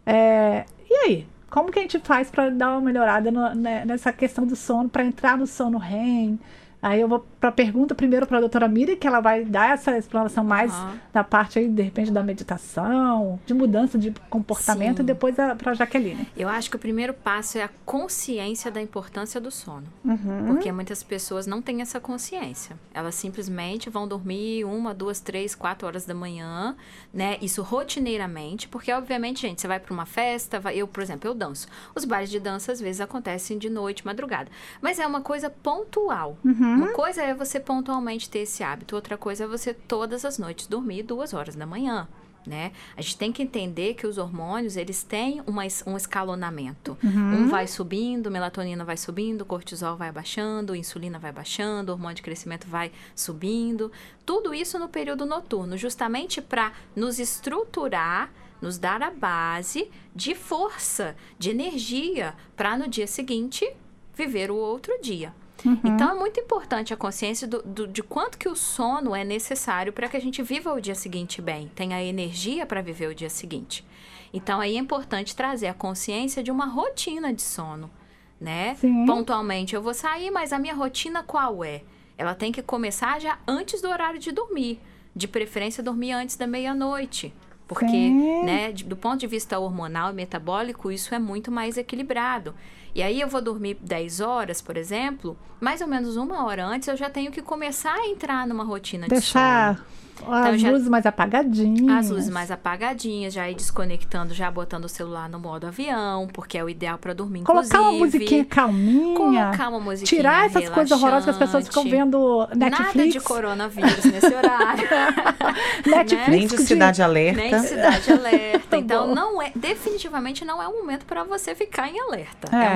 É, e aí? Como que a gente faz para dar uma melhorada no, né, nessa questão do sono, para entrar no sono R E M? Aí eu vou para a pergunta primeiro para a doutora Miriam, que ela vai dar essa explanação mais uhum. da parte aí, de repente, da meditação, de mudança de comportamento, Sim. e depois para a Jaqueline. Eu acho que o primeiro passo é a consciência da importância do sono. Uhum. Porque muitas pessoas não têm essa consciência. Elas simplesmente vão dormir uma, duas, três, quatro horas da manhã, né? Isso rotineiramente, porque obviamente, gente, você vai para uma festa, vai... eu, por exemplo, eu danço. Os bailes de dança, às vezes, acontecem de noite, madrugada. Mas é uma coisa pontual. Uhum. Uma coisa é você pontualmente ter esse hábito, outra coisa é você todas as noites dormir duas horas da manhã, né? A gente tem que entender que os hormônios, eles têm uma, um escalonamento. Uhum. Um vai subindo, melatonina vai subindo, cortisol vai baixando, insulina vai baixando, hormônio de crescimento vai subindo. Tudo isso no período noturno, justamente para nos estruturar, nos dar a base de força, de energia, para no dia seguinte viver o outro dia. Uhum. Então, é muito importante a consciência do, do, de quanto que o sono é necessário para que a gente viva o dia seguinte bem, tenha energia para viver o dia seguinte. Então, aí é importante trazer a consciência de uma rotina de sono, né? Sim. Pontualmente, eu vou sair, mas a minha rotina qual é? Ela tem que começar já antes do horário de dormir, de preferência dormir antes da meia-noite. Porque, né, de, do ponto de vista hormonal e metabólico, isso é muito mais equilibrado. E aí eu vou dormir dez horas, por exemplo, mais ou menos uma hora antes eu já tenho que começar a entrar numa rotina Deixar... de sono. As então, luzes já, mais apagadinhas. As luzes mais apagadinhas, já ir desconectando, já botando o celular no modo avião, porque é o ideal para dormir, colocar inclusive. Uma musiquinha calminha. Colocar uma musiquinha Tirar essas coisas horrorosas que as pessoas ficam vendo Netflix. Nada de coronavírus nesse horário. Netflix. Nem de Cidade Alerta. Nem de Cidade Alerta. Então, não é, definitivamente não é um momento para você ficar em alerta. É. é um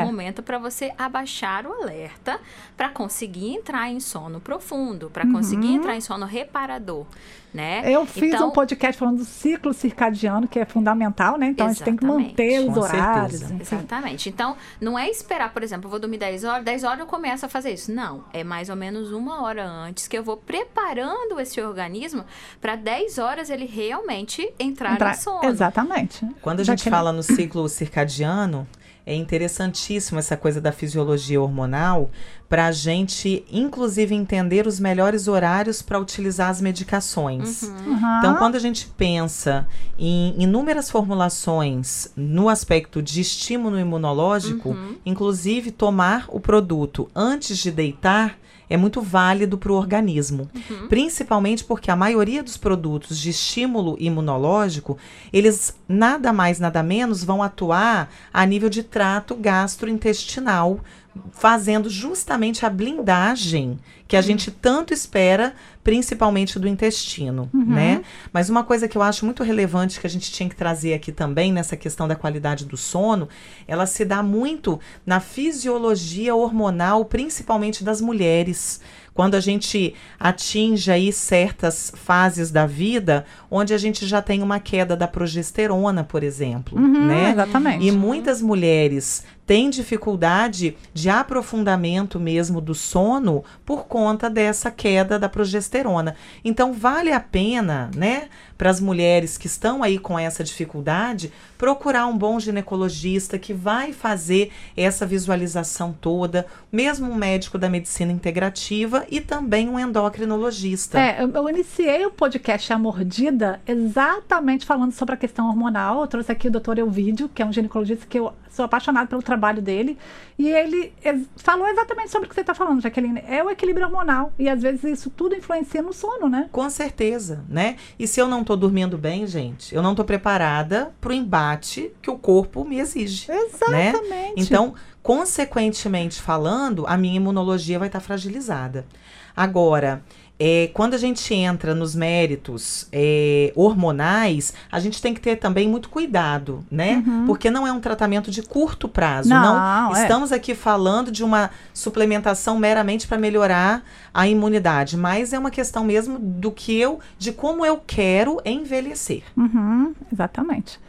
momento para você abaixar o alerta, para conseguir entrar em sono profundo, para Uhum. conseguir entrar em sono reparador, né? Eu fiz então, um podcast falando do ciclo circadiano, que é fundamental, né? Então a gente tem que manter os Com horários. certeza. Enfim. Exatamente. Então, não é esperar, por exemplo, eu vou dormir dez horas, dez horas eu começo a fazer isso. Não, é mais ou menos uma hora antes que eu vou preparando esse organismo para dez horas ele realmente entrar, Entrar- em sono. Exatamente. Quando a Já gente que- fala no ciclo circadiano, é interessantíssimo essa coisa da fisiologia hormonal para a gente, inclusive, entender os melhores horários para utilizar as medicações. Uhum. Então, quando a gente pensa em inúmeras formulações no aspecto de estímulo imunológico, inclusive tomar o produto antes de deitar é muito válido para o organismo, Uhum. principalmente porque a maioria dos produtos de estímulo imunológico, eles nada mais, nada menos vão atuar a nível de trato gastrointestinal, fazendo justamente a blindagem que a gente tanto espera, principalmente do intestino, né? Mas uma coisa que eu acho muito relevante que a gente tinha que trazer aqui também nessa questão da qualidade do sono, ela se dá muito na fisiologia hormonal, principalmente das mulheres. Quando a gente atinge aí certas fases da vida, onde a gente já tem uma queda da progesterona, por exemplo, Uhum, né? exatamente. E muitas mulheres têm dificuldade de aprofundamento mesmo do sono por conta dessa queda da progesterona. Então, vale a pena, né, para as mulheres que estão aí com essa dificuldade, procurar um bom ginecologista que vai fazer essa visualização toda, mesmo um médico da medicina integrativa e também um endocrinologista. É, eu, eu iniciei o podcast A Mordida exatamente falando sobre a questão hormonal. Eu trouxe aqui o doutor Elvídio, que é um ginecologista que eu sou apaixonada pelo trabalho dele. E ele ex- falou exatamente sobre o que você está falando, Jaqueline. É o equilíbrio hormonal. E às vezes isso tudo influencia no sono, né? Com certeza, né? E se eu não tô dormindo bem, gente, eu não tô preparada pro embate que o corpo me exige. Né? Exatamente. Então, consequentemente falando, a minha imunologia vai estar fragilizada. Agora, é, quando a gente entra nos méritos é, hormonais, a gente tem que ter também muito cuidado, né? Porque não é um tratamento de curto prazo. Não, Não, é. estamos aqui falando de uma suplementação meramente para melhorar a imunidade, mas é uma questão mesmo do que eu, de como eu quero envelhecer. Uhum, exatamente.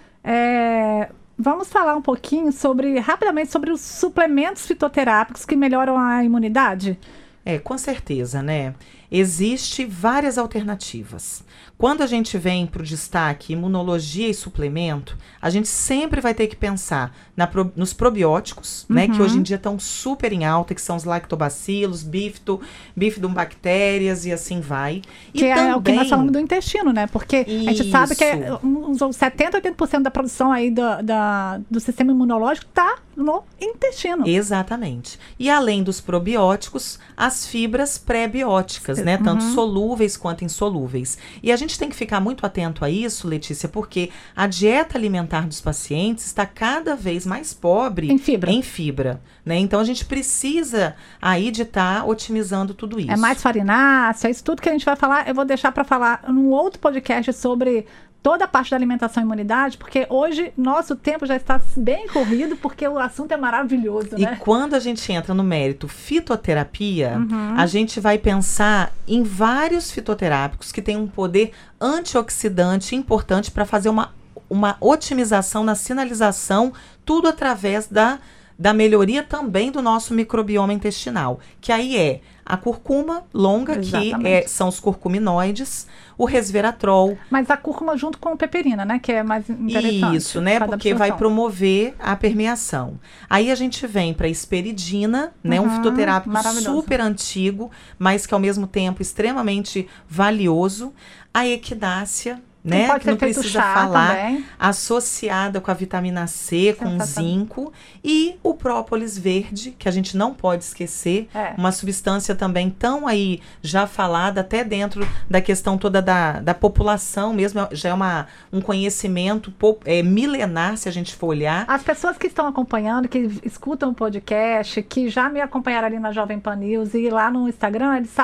É, vamos falar um pouquinho sobre, rapidamente, sobre os suplementos fitoterápicos que melhoram a imunidade? É, com certeza, né? Existem várias alternativas. Quando a gente vem para o destaque imunologia e suplemento, a gente sempre vai ter que pensar na pro- nos probióticos, né? Que hoje em dia estão super em alta, que são os lactobacilos, bifto, bifidobactérias e assim vai. E Que é o que nós também- falamos do intestino, né? Porque a gente sabe que é Isso. uns uns setenta, oitenta por cento da produção aí do, da, do sistema imunológico está no intestino. Exatamente. E além dos probióticos, as fibras pré-bióticas, né? Tanto solúveis quanto insolúveis. E a gente tem que ficar muito atento a isso, Letícia, porque a dieta alimentar dos pacientes está cada vez mais pobre Em fibra. em fibra, né? Então a gente precisa aí de estar otimizando tudo isso. É mais farinácea, isso tudo que a gente vai falar, eu vou deixar para falar num outro podcast sobre toda a parte da alimentação e imunidade, porque hoje nosso tempo já está bem corrido, porque o assunto é maravilhoso, E né? quando a gente entra no mérito fitoterapia, a gente vai pensar em vários fitoterápicos que têm um poder antioxidante importante para fazer uma, uma otimização na sinalização, tudo através da, da melhoria também do nosso microbioma intestinal, que aí é a curcuma longa, que Exatamente. é, são os curcuminoides, o resveratrol, Mas a cúrcuma junto com peperina, né? Que é mais interessante. isso, né? por causa da Porque vai absorção. promover a permeação. Aí a gente vem para esperidina, né? Um Uhum, fitoterápico maravilhoso. super antigo, mas que ao mesmo tempo extremamente valioso. A equidácea, Que né? pode Que ser não feito precisa chá falar. também. Associada com a vitamina C, com Sensacional. zinco. E o própolis verde, que a gente não pode esquecer. É. Uma substância também tão aí já falada, até dentro da questão toda da, da população mesmo. Já é uma, um conhecimento po- é, milenar, se a gente for olhar. As pessoas que estão acompanhando, que escutam o podcast, que já me acompanharam ali na Jovem Pan News e lá no Instagram, eles sabem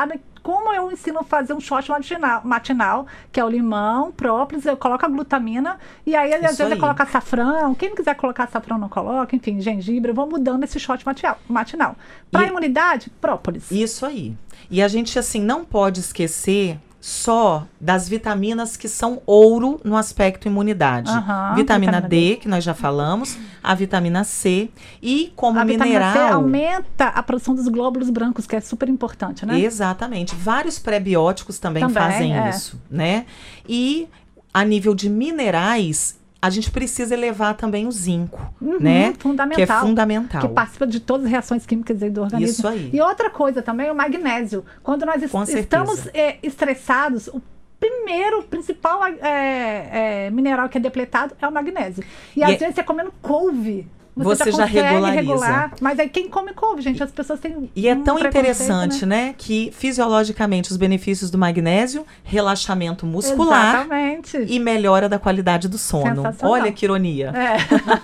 como eu ensino a fazer um shot matinal, matinal que é o limão, própolis, eu coloco a glutamina, e aí às Isso vezes aí. eu coloco açafrão, quem não quiser colocar açafrão não coloca, enfim, gengibre, eu vou mudando esse shot matinal. matinal. Para E- imunidade, própolis. Isso aí. E a gente, assim, não pode esquecer só das vitaminas que são ouro no aspecto imunidade. Aham, vitamina, vitamina D, D. que nós já falamos, a vitamina C e como A vitamina C mineral... aumenta a produção dos glóbulos brancos, que é super importante, né? Exatamente. Vários prebióticos também, Também, fazem é. isso, né? E a nível de minerais, a gente precisa elevar também o zinco, Uhum, né? fundamental. Que é fundamental. Que participa de todas as reações químicas aí do organismo. Isso aí. E outra coisa também, o magnésio. Quando nós Com est- certeza. estamos é, estressados, o primeiro, principal é, é, mineral que é depletado é o magnésio. E, E às é- vezes você comendo couve, Você já consegue regulariza. regular. Mas aí quem come couve, gente, as pessoas têm E é um tão preconceito, interessante, né? né? Que fisiologicamente os benefícios do magnésio, relaxamento muscular Exatamente. e melhora da qualidade do sono. Sensacional. Olha que ironia. É.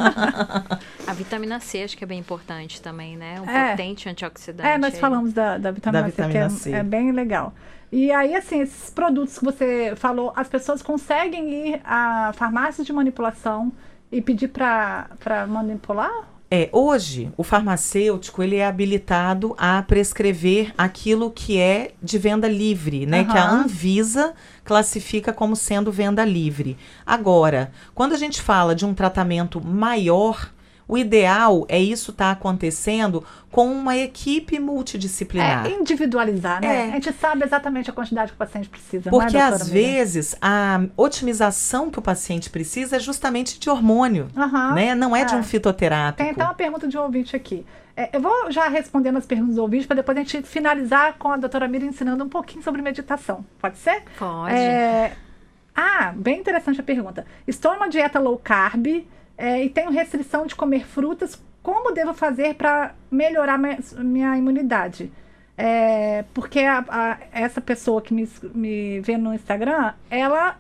A vitamina C acho que é bem importante também, né? Um É. potente antioxidante. É, nós aí. falamos da, da vitamina, Da C, vitamina que é, C. é bem legal. E aí, assim, esses produtos que você falou, as pessoas conseguem ir a farmácias de manipulação e pedir para manipular? É, hoje, o farmacêutico, ele é habilitado a prescrever aquilo que é de venda livre, né? Que a Aham. Anvisa classifica como sendo venda livre. Agora, quando a gente fala de um tratamento maior, o ideal é isso estar acontecendo com uma equipe multidisciplinar. É individualizar, né? É. A gente sabe exatamente a quantidade que o paciente precisa. Porque não é, às doutora Miriam? vezes a otimização que o paciente precisa é justamente de hormônio, Aham. né? Não é, de É. um fitoterápico. Tem até uma pergunta de um ouvinte aqui. É, eu vou já respondendo as perguntas do ouvinte para depois a gente finalizar com a doutora Miriam ensinando um pouquinho sobre meditação. Pode ser? Pode. É, Ah, bem interessante a pergunta. Estou em uma dieta low carb é, e tenho restrição de comer frutas. Como devo fazer para melhorar minha, minha imunidade? É, porque a- a- essa pessoa que me, me vê no Instagram, ela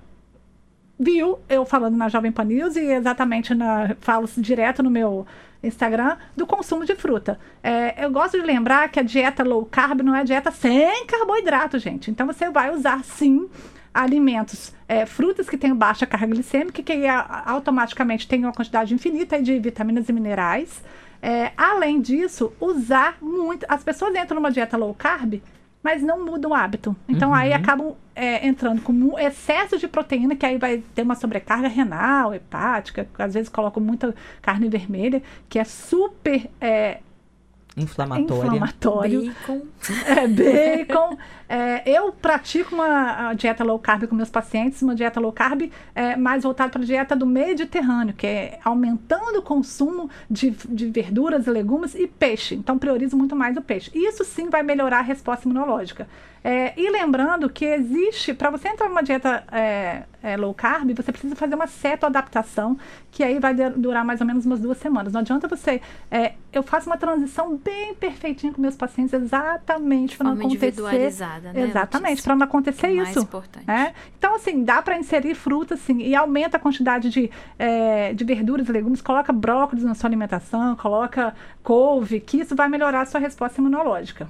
viu eu falando na Jovem Pan News e exatamente na, falo direto no meu Instagram do consumo de fruta. É, eu gosto de lembrar que a dieta low carb não é dieta sem carboidrato, gente. Então você vai usar sim alimentos, é, frutas que têm baixa carga glicêmica, que a, automaticamente tem uma quantidade infinita de vitaminas e minerais. É, além disso, usar muito. As pessoas entram numa dieta low carb, mas não mudam o hábito. Então, Uhum. aí acabam é, entrando com um excesso de proteína, que aí vai ter uma sobrecarga renal, hepática. Às vezes colocam muita carne vermelha, que é super é, Inflamatória. inflamatório. Bacon. É, bacon. É, eu pratico uma a dieta low carb com meus pacientes, uma dieta low carb é, mais voltada para a dieta do Mediterrâneo, que é aumentando o consumo de, de verduras, legumes e peixe. Então, priorizo muito mais o peixe. Isso sim vai melhorar a resposta imunológica. É, e lembrando que existe, para você entrar numa dieta é, é, low carb, você precisa fazer uma cetoadaptação, que aí vai de- durar mais ou menos umas duas semanas. Não adianta você... é, eu faço uma transição bem perfeitinha com meus pacientes, exatamente para não Forma acontecer... individualizada, né? Exatamente, Letícia? para não acontecer Que é mais isso. importante. É? Então, assim, dá para inserir frutas, sim, e aumenta a quantidade de, é, de verduras e legumes, coloca brócolis na sua alimentação, coloca couve, que isso vai melhorar a sua resposta imunológica.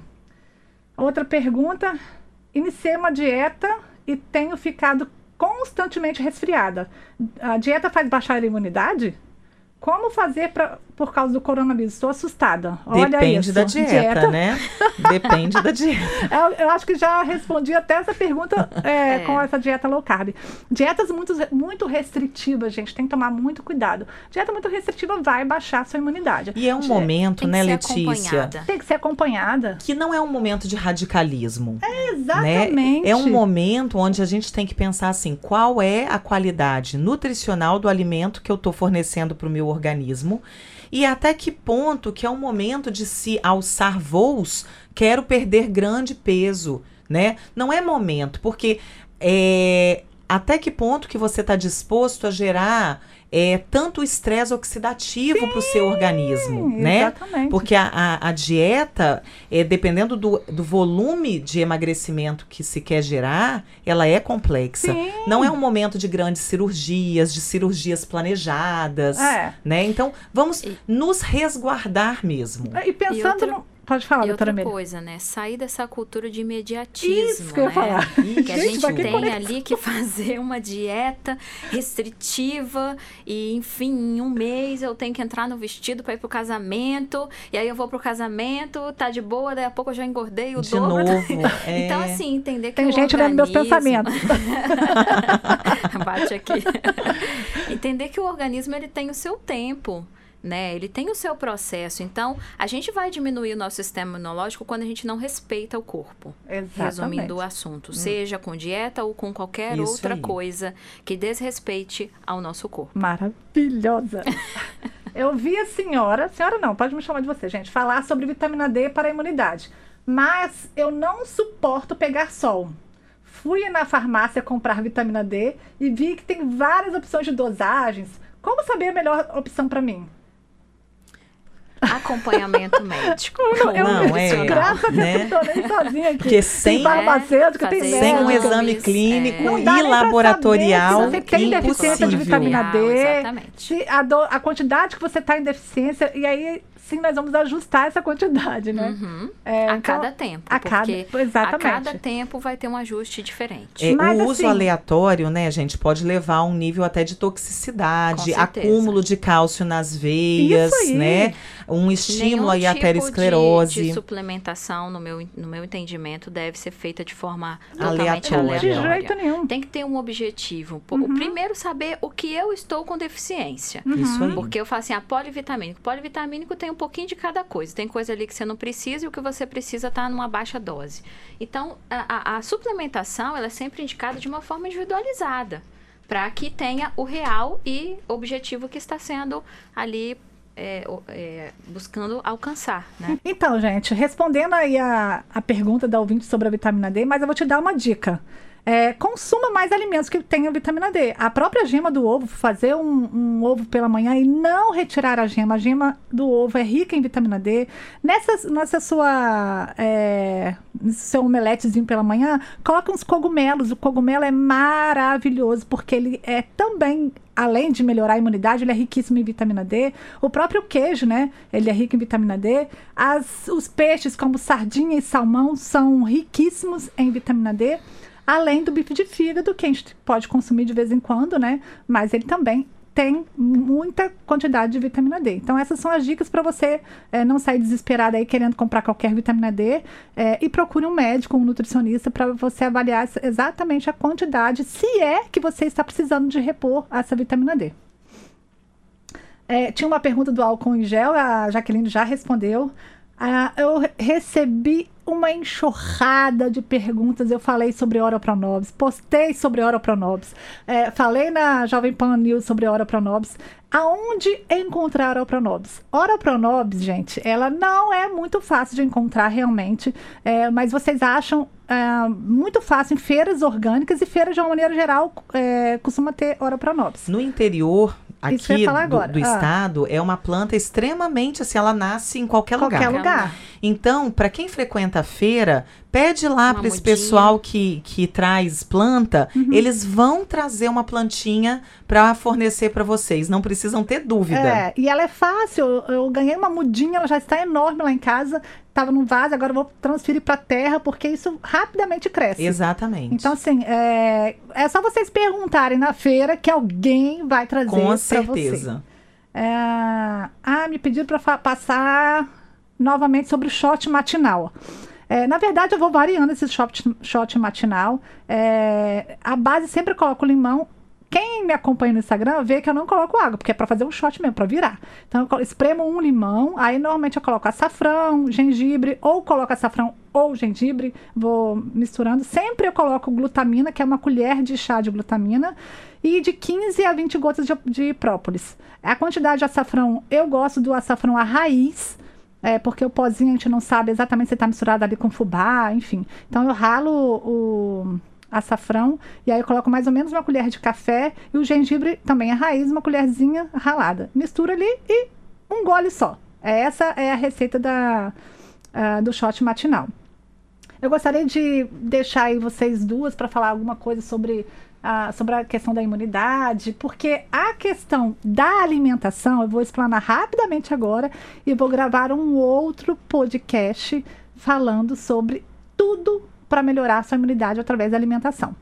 Outra pergunta, iniciei uma dieta e tenho ficado constantemente resfriada. A dieta faz baixar a imunidade? Como fazer pra, por causa do coronavírus? Estou assustada. Olha Depende isso. da dieta, né? Depende da dieta. Eu, eu acho que já respondi até essa pergunta é, É. com essa dieta low carb. Dietas muito, muito restritivas, gente, tem que tomar muito cuidado. Dieta muito restritiva vai baixar a sua imunidade. E é um Di- momento, Tem que né, ser Letícia? acompanhada. Tem que ser acompanhada. Que não é um momento de radicalismo. Exatamente. Né? É um momento onde a gente tem que pensar assim, qual é a qualidade nutricional do alimento que eu estou fornecendo para o meu organismo e até que ponto que é um momento de se alçar voos, quero perder grande peso, né? Não é momento, porque é, até que ponto que você está disposto a gerar é, tanto estresse oxidativo para o seu organismo, né? Exatamente. Porque a, a, a dieta, é, dependendo do, do volume de emagrecimento que se quer gerar, ela é complexa. Sim. Não é um momento de grandes cirurgias, de cirurgias planejadas, É. né? Então, vamos E- nos resguardar mesmo. E pensando E outra- no... Pode falar, e doutora outra Amélia. coisa, né? Sair dessa cultura de imediatismo, Isso que eu ia né? falar. Que a Gente, gente pra que tem conexão? ali que fazer uma dieta restritiva e, enfim, em um mês eu tenho que entrar no vestido para ir pro casamento, e aí eu vou pro casamento, tá de boa, daí a pouco eu já engordei o De dobro. novo, é. Então, assim, entender que Tem o gente lendo meus organismo- pensamentos. Bate aqui. Entender que o organismo ele tem o seu tempo, né? Ele tem o seu processo. Então, a gente vai diminuir o nosso sistema imunológico quando a gente não respeita o corpo. Exatamente. Resumindo o assunto, seja com dieta ou com qualquer Isso outra aí. coisa que desrespeite ao nosso corpo. Maravilhosa. Eu vi a senhora, senhora não, pode me chamar de você, gente, falar sobre vitamina D para a imunidade. Mas eu não suporto pegar sol. Fui na farmácia comprar vitamina D e vi que tem várias opções de dosagens. Como saber a melhor opção para mim? Acompanhamento médico. Eu, Não, é, graças a Deus, né? eu tô nem sozinha aqui. Porque sem- tem farmacêutica, tem fazer Sem um médico. exame exames, clínico é. Não dá e nem pra laboratorial, saber se você tem deficiência de impossível. vitamina D, Exatamente. se a, do- a quantidade que você está em deficiência, e aí sim nós vamos ajustar essa quantidade, né? Uhum. É, a então, cada tempo. a cada- porque exatamente. a cada tempo vai ter um ajuste diferente. É, Mas, o uso assim- aleatório, né, gente, pode levar a um nível até de toxicidade, Com certeza. acúmulo de cálcio nas veias, Isso aí. né? Um estímulo aí à Nenhum tipo aterosclerose. de, de suplementação, no meu, no meu entendimento, deve ser feita de forma totalmente Aleatória. De aleatória. jeito nenhum. Tem que ter um objetivo. Pô, Uhum. o primeiro, saber o que eu estou com deficiência. Isso aí. Porque eu falo assim, ah, polivitamínico. Polivitamínico tem um pouquinho de cada coisa. Tem coisa ali que você não precisa e o que você precisa está numa baixa dose. Então, a, a- a suplementação, ela é sempre indicada de uma forma individualizada. Para que tenha o real e objetivo que está sendo ali é, o- é, buscando alcançar, né? Então, gente, respondendo aí a, a pergunta da ouvinte sobre a vitamina D, mas eu vou te dar uma dica. É, consuma mais alimentos que tenham vitamina D. A própria gema do ovo, fazer um, um ovo pela manhã e não retirar a gema. A gema do ovo é rica em vitamina D. Nessa, nessa sua, é, nesse seu omeletezinho pela manhã, coloca uns cogumelos. O cogumelo é maravilhoso, porque ele é também, além de melhorar a imunidade, ele é riquíssimo em vitamina D. O próprio queijo, né? Ele é rico em vitamina D. As, os peixes, como sardinha e salmão, são riquíssimos em vitamina D. Além do bife de fígado, que a gente pode consumir de vez em quando, né? Mas ele também tem muita quantidade de vitamina D. Então, essas são as dicas para você é, não sair desesperado aí querendo comprar qualquer vitamina D. É, e procure um médico, um nutricionista, para você avaliar exatamente a quantidade, se é que você está precisando de repor essa vitamina D. É, tinha uma pergunta do álcool em gel, a Jaqueline já respondeu. Ah, eu re- recebi uma enxurrada de perguntas. Eu falei sobre Ora Pronobis, postei sobre Ora Pronobis, é, falei na Jovem Pan News sobre Ora Pronobis. Aonde encontrar Ora Pronobis? Ora Pronobis, gente, ela não é muito fácil de encontrar realmente, é, mas vocês acham é, muito fácil em feiras orgânicas e feiras de uma maneira geral é, costuma ter Ora Pronobis. No interior, Isso que eu aqui ia falar do, agora. do Ah. estado, é uma planta extremamente, assim, ela nasce em qualquer, Qualquer lugar. lugar. Então, para quem frequenta a feira, pede lá Uma para esse mudinha. pessoal que, que traz planta, Uhum. eles vão trazer uma plantinha para fornecer para vocês. Não precisam ter dúvida. É, e ela é fácil. Eu, eu ganhei uma mudinha, ela já está enorme lá em casa. Estava num vaso, agora eu vou transferir para a terra, porque isso rapidamente cresce. Exatamente. Então, assim, é, é só vocês perguntarem na feira que alguém vai trazer com para você. certeza. É, ah, me pediram para passar novamente sobre o shot matinal. É, na verdade, eu vou variando esse shot, shot matinal. É, a base sempre eu coloco limão. Quem me acompanha no Instagram vê que eu não coloco água, porque é para fazer um shot mesmo, para virar. Então, eu colo- espremo um limão, aí normalmente eu coloco açafrão, gengibre, ou coloco açafrão ou gengibre, vou misturando. Sempre eu coloco glutamina, que é uma colher de chá de glutamina, e de quinze a vinte gotas de, de própolis. A quantidade de açafrão, eu gosto do açafrão à raiz, é, porque o pozinho a gente não sabe exatamente se está misturado ali com fubá, enfim. Então, eu ralo o açafrão, e aí eu coloco mais ou menos uma colher de café, e o gengibre também é raiz, uma colherzinha ralada. Mistura ali e um gole só. Essa é a receita da, ah, do shot matinal. Eu gostaria de deixar aí vocês duas para falar alguma coisa sobre a, sobre a questão da imunidade, porque a questão da alimentação, eu vou explanar rapidamente agora e vou gravar um outro podcast falando sobre tudo para melhorar a sua imunidade através da alimentação.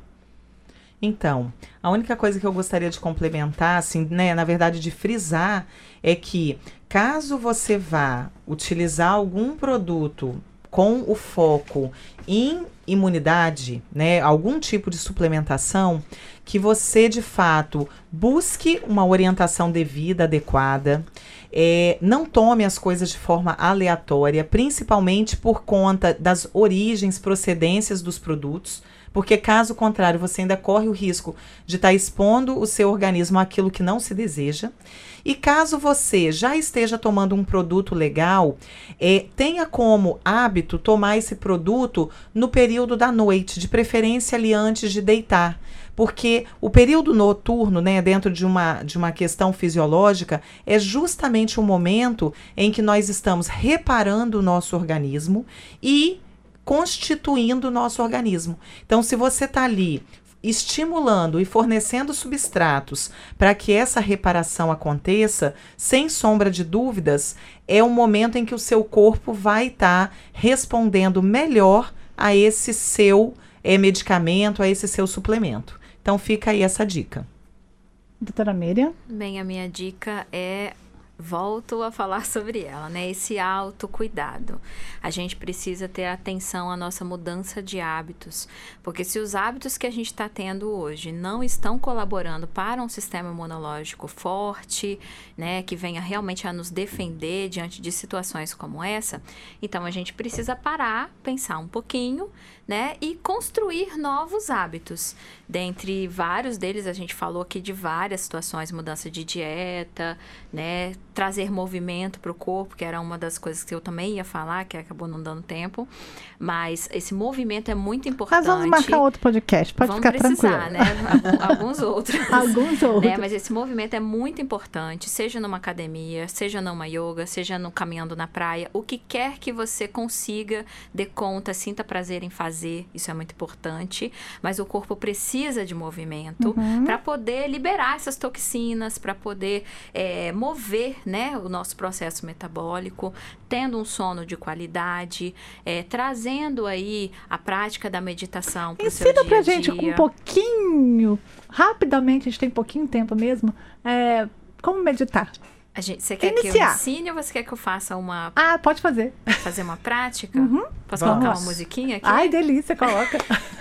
Então, a única coisa que eu gostaria de complementar, assim, né, na verdade de frisar, é que caso você vá utilizar algum produto com o foco em imunidade, né, algum tipo de suplementação, que você de fato busque uma orientação devida, adequada, é, não tome as coisas de forma aleatória, principalmente por conta das origens, procedências dos produtos, porque caso contrário você ainda corre o risco de estar expondo o seu organismo àquilo que não se deseja. E caso você já esteja tomando um produto legal, é, tenha como hábito tomar esse produto no período da noite, de preferência ali antes de deitar. Porque o período noturno, né, dentro de uma, de uma questão fisiológica, é justamente o momento em que nós estamos reparando o nosso organismo e constituindo o nosso organismo. Então, se você está ali estimulando e fornecendo substratos para que essa reparação aconteça, sem sombra de dúvidas, é um momento em que o seu corpo vai estar tá respondendo melhor a esse seu é, medicamento, a esse seu suplemento. Então, fica aí essa dica. Doutora Miriam? Bem, a minha dica é... Volto a falar sobre ela, né? Esse autocuidado. A gente precisa ter atenção à nossa mudança de hábitos, porque se os hábitos que a gente está tendo hoje não estão colaborando para um sistema imunológico forte, né, que venha realmente a nos defender diante de situações como essa, então a gente precisa parar, pensar um pouquinho, né, e construir novos hábitos. Dentre vários deles, a gente falou aqui de várias situações, mudança de dieta, né, trazer movimento para o corpo, que era uma das coisas que eu também ia falar, que acabou não dando tempo, mas esse movimento é muito importante. Nós vamos marcar outro podcast, pode vamos ficar precisar, tranquilo. Né? Alguns outros. Alguns outros. Né? Mas esse movimento é muito importante, seja numa academia, seja numa yoga, seja no caminhando na praia, o que quer que você consiga, dê conta, sinta prazer em fazer, isso é muito importante, mas o corpo precisa de movimento uhum. para poder liberar essas toxinas, para poder é, mover, né, o nosso processo metabólico, tendo um sono de qualidade, é, trazendo aí a prática da meditação para o seu dia a dia. Ensina pra gente um pouquinho, rapidamente, a gente tem pouquinho tempo mesmo, é, como meditar. A gente, você quer Iniciar. que eu ensine ou você quer que eu faça uma... Ah, pode fazer. Fazer uma prática? Uhum. Posso Vamos. colocar uma musiquinha aqui? Ai, delícia, coloca.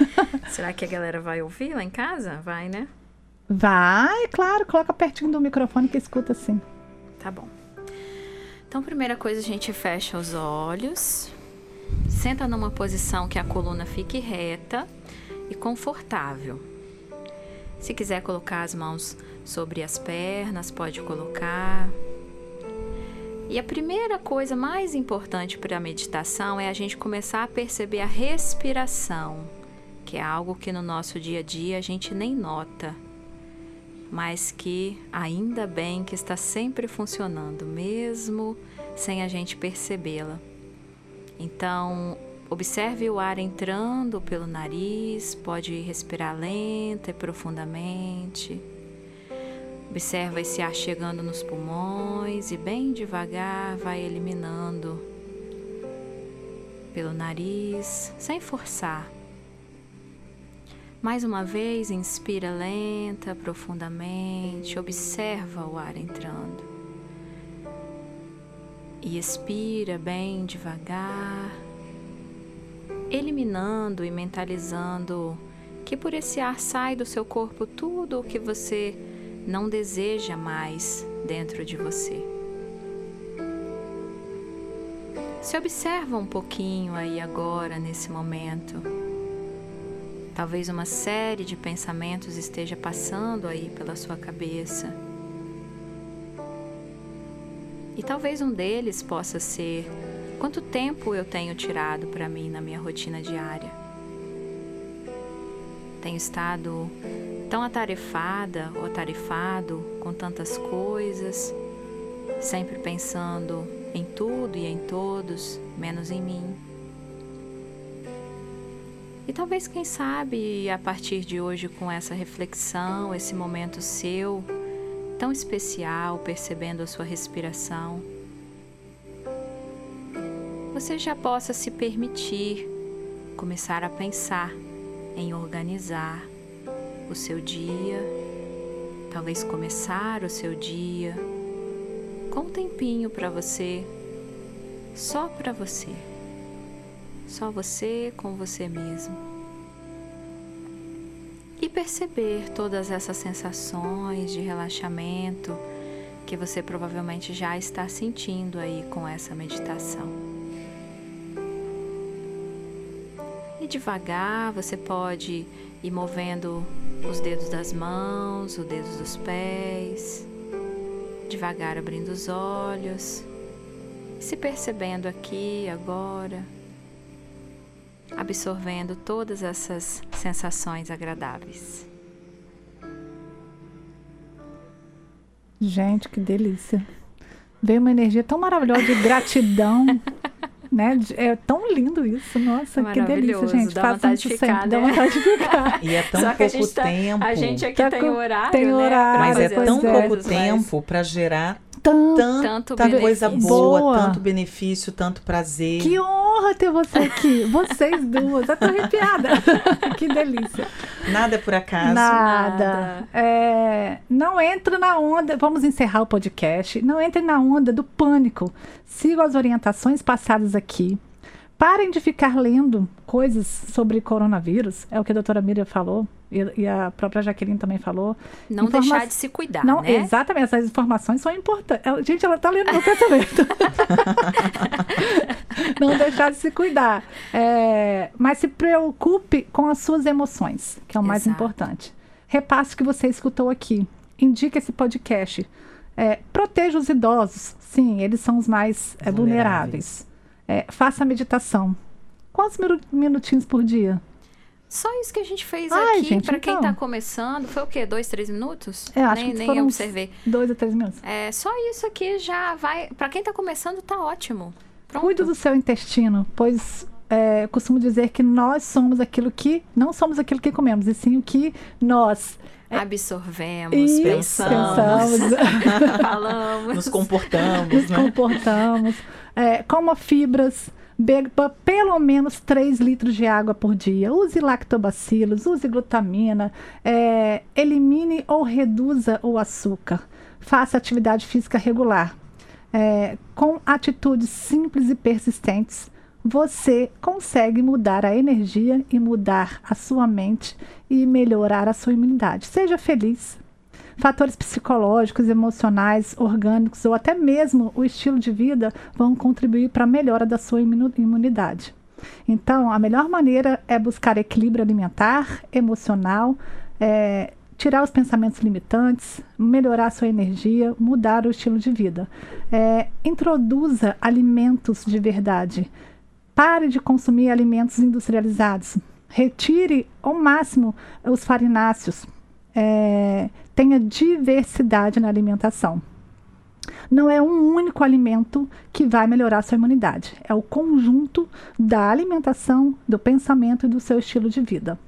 Será que a galera vai ouvir lá em casa? Vai, né? Vai, claro, coloca pertinho do microfone que escuta assim. Tá bom. Então, primeira coisa, a gente fecha os olhos, senta numa posição que a coluna fique reta e confortável. Se quiser colocar as mãos sobre as pernas, pode colocar. E a primeira coisa mais importante para a meditação é a gente começar a perceber a respiração, que é algo que no nosso dia a dia a gente nem nota, mas que ainda bem que está sempre funcionando, mesmo sem a gente percebê-la. Então, observe o ar entrando pelo nariz, pode respirar lenta e profundamente. Observa esse ar chegando nos pulmões e bem devagar vai eliminando pelo nariz, sem forçar. Mais uma vez, inspira lenta, profundamente, observa o ar entrando. E expira bem devagar, eliminando e mentalizando que por esse ar sai do seu corpo tudo o que você não deseja mais dentro de você. Se observa um pouquinho aí agora, nesse momento. Talvez uma série de pensamentos esteja passando aí pela sua cabeça. E talvez um deles possa ser: quanto tempo eu tenho tirado para mim na minha rotina diária? Tenho estado tão atarefada ou atarefado com tantas coisas, sempre pensando em tudo e em todos, menos em mim. E talvez, quem sabe, a partir de hoje, com essa reflexão, esse momento seu, tão especial, percebendo a sua respiração, você já possa se permitir começar a pensar em organizar o seu dia, talvez começar o seu dia com um tempinho para você, só para você, só você com você mesmo. E perceber todas essas sensações de relaxamento que você provavelmente já está sentindo aí com essa meditação. E devagar você pode ir movendo os dedos das mãos, os dedos dos pés, devagar abrindo os olhos, se percebendo aqui agora, absorvendo todas essas sensações agradáveis. Gente, que delícia. Veio uma energia tão maravilhosa de gratidão. Né? É tão lindo isso, nossa, que delícia, gente. Dá vontade de ficar, né? Dá vontade de ficar. E é tão Só pouco a tá, tempo. A gente aqui tá tem com, horário, tem horário, né? Mas é tão é. pouco tempo para gerar tanto, tanta coisa boa, boa, tanto benefício, tanto prazer. Que honra ter você aqui, vocês duas. Eu tô arrepiada. Que delícia. Nada é por acaso. Nada. Nada. É, não entre na onda, vamos encerrar o podcast, não entre na onda do pânico. Sigam as orientações passadas aqui. Parem de ficar lendo coisas sobre coronavírus, é o que a doutora Miriam falou, e, e a própria Jaqueline também falou. Não Informa... deixar de se cuidar, não, né? Exatamente, essas informações são importantes. Ela, gente, ela está lendo meu pensamento. Não deixar de se cuidar. É, mas se preocupe com as suas emoções, que é o mais Exato. Importante. Repasse o que você escutou aqui. Indique esse podcast. É, proteja os idosos. Sim, eles são os mais é, vulneráveis. É, faça a meditação. Quantos minutinhos por dia? Só isso que a gente fez Ai, aqui, gente, para quem então. está começando, foi o quê? Dois, três minutos? É, acho nem que nem foram observei. Dois a três minutos. É, só isso aqui já vai... Para quem está começando, tá ótimo. Pronto. Cuide do seu intestino, pois é, eu costumo dizer que nós somos aquilo que... Não somos aquilo que comemos, e sim o que nós... Absorvemos, Isso, pensamos, pensamos. falamos. Nos comportamos, Nos né? comportamos. É, coma fibras, beba pelo menos três litros de água por dia. Use lactobacilos, use glutamina, é, elimine ou reduza o açúcar. Faça atividade física regular. É, com atitudes simples e persistentes, você consegue mudar a energia e mudar a sua mente e melhorar a sua imunidade. Seja feliz. Fatores psicológicos, emocionais, orgânicos ou até mesmo o estilo de vida vão contribuir para a melhora da sua imunidade. Então, a melhor maneira é buscar equilíbrio alimentar, emocional, é, tirar os pensamentos limitantes, melhorar a sua energia, mudar o estilo de vida. É, introduza alimentos de verdade. Pare de consumir alimentos industrializados. Retire ao máximo os farináceos. É, tenha diversidade na alimentação. Não é um único alimento que vai melhorar a sua imunidade. É o conjunto da alimentação, do pensamento e do seu estilo de vida.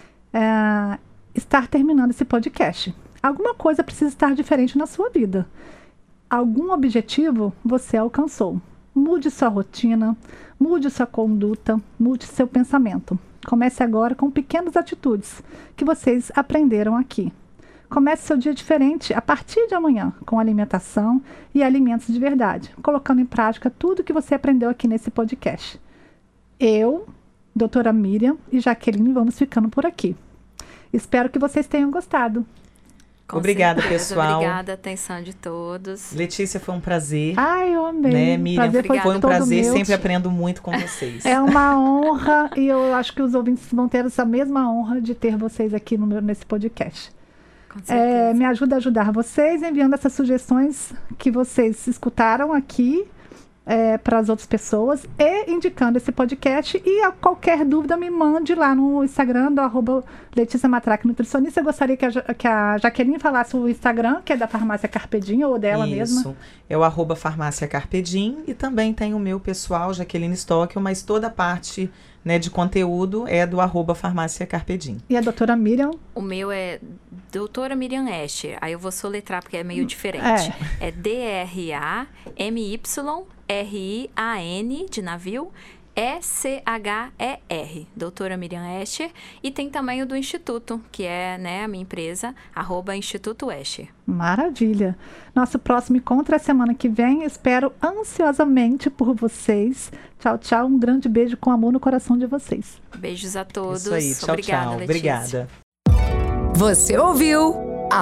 É, estar terminando esse podcast. Alguma coisa precisa estar diferente na sua vida. Algum objetivo você alcançou. Mude sua rotina, mude sua conduta, mude seu pensamento. Comece agora com pequenas atitudes que vocês aprenderam aqui. Comece seu dia diferente a partir de amanhã, com alimentação e alimentos de verdade, colocando em prática tudo que você aprendeu aqui nesse podcast. Eu, doutora Miriam e Jaqueline, vamos ficando por aqui. Espero que vocês tenham gostado. Com Obrigada, certeza. pessoal. Obrigada, atenção de todos. Letícia, foi um prazer. Ai, eu amei. Né, Miriam? Prazer foi, foi um todo prazer, meu. sempre aprendo muito com vocês. É uma honra e eu acho que os ouvintes vão ter essa mesma honra de ter vocês aqui no meu, nesse podcast. Com certeza. É, me ajuda a ajudar vocês enviando essas sugestões que vocês escutaram aqui é, para as outras pessoas e indicando esse podcast. E a qualquer dúvida me mande lá no Instagram do arroba Letícia Matraque Nutricionista. Eu gostaria que a, que a Jaqueline falasse o Instagram, que é da Farmácia Carpedim ou dela Isso. mesma. Isso, é o arroba Farmácia Carpedim e também tem o meu pessoal, Jaqueline Stockel, mas toda a parte né, de conteúdo é do arroba Farmácia Carpedim. E a doutora Miriam? O meu é doutora Miriam Escher. Aí eu vou soletrar porque é meio diferente. É, é D R A M Y R I A N, de navio, E C H E R, doutora Miriam Escher. E tem também o do Instituto, que é, né, a minha empresa, arroba Instituto Escher. Maravilha. Nosso próximo encontro é semana que vem. Espero ansiosamente por vocês. Tchau, tchau. Um grande beijo com amor no coração de vocês. Beijos a todos. Isso aí. Tchau, Obrigada, tchau. Letícia. Obrigada. Você ouviu A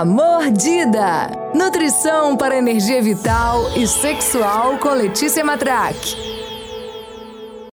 Mordida. Nutrição para energia vital e sexual com Letícia Matraque.